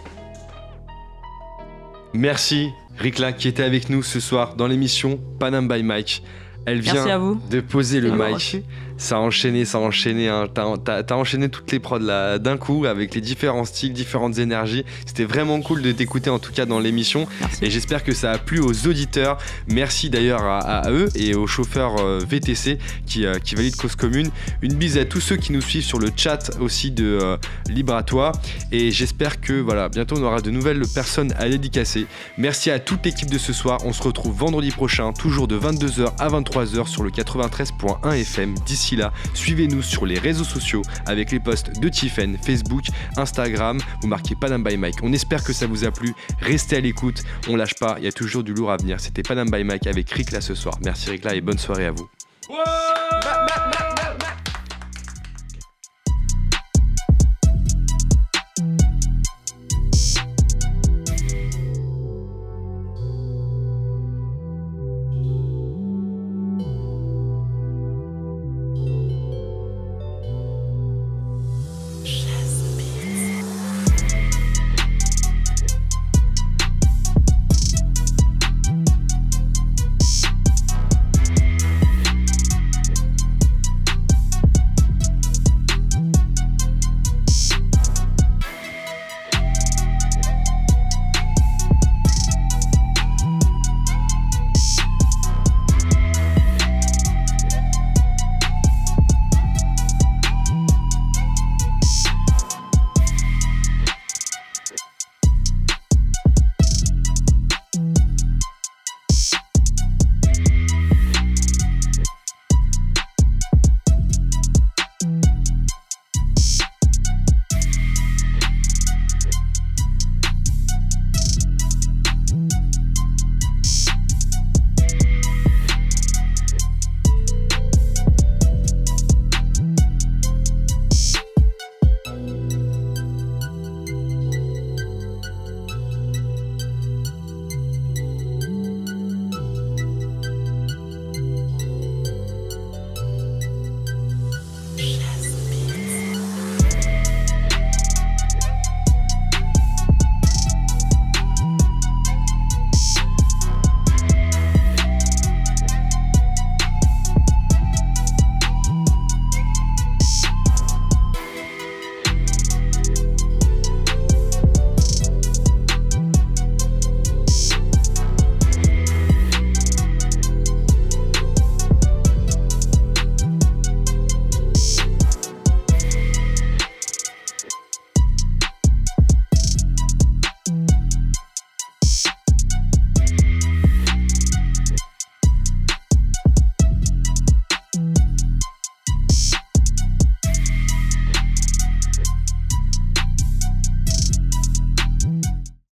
Merci Ricla qui était avec nous ce soir dans l'émission Panam by Mike. Elle vient Merci à vous. de poser le Merci. mic. Ça a enchaîné, ça a enchaîné. Hein. T'as, t'as, t'as enchaîné toutes les prods là, d'un coup avec les différents styles, différentes énergies. C'était vraiment cool de t'écouter en tout cas dans l'émission. Merci. Et j'espère que ça a plu aux auditeurs. Merci d'ailleurs à, à eux et aux chauffeurs euh, V T C qui, euh, qui valident Cause Commune. Une bise à tous ceux qui nous suivent sur le chat aussi de euh, Libre à toi. Et j'espère que voilà, bientôt on aura de nouvelles personnes à dédicacer. Merci à toute l'équipe de ce soir. On se retrouve vendredi prochain, toujours de vingt-deux heures à vingt-trois heures sur le quatre-vingt-treize virgule un F M. D'ici là, suivez-nous sur les réseaux sociaux avec les posts de Tiffen, Facebook, Instagram. Vous marquez Panam by Mike. On espère que ça vous a plu. Restez à l'écoute. On lâche pas. Il y a toujours du lourd à venir. C'était Panam by Mike avec Ricla ce soir. Merci Ricla et bonne soirée à vous. Bah, bah, bah.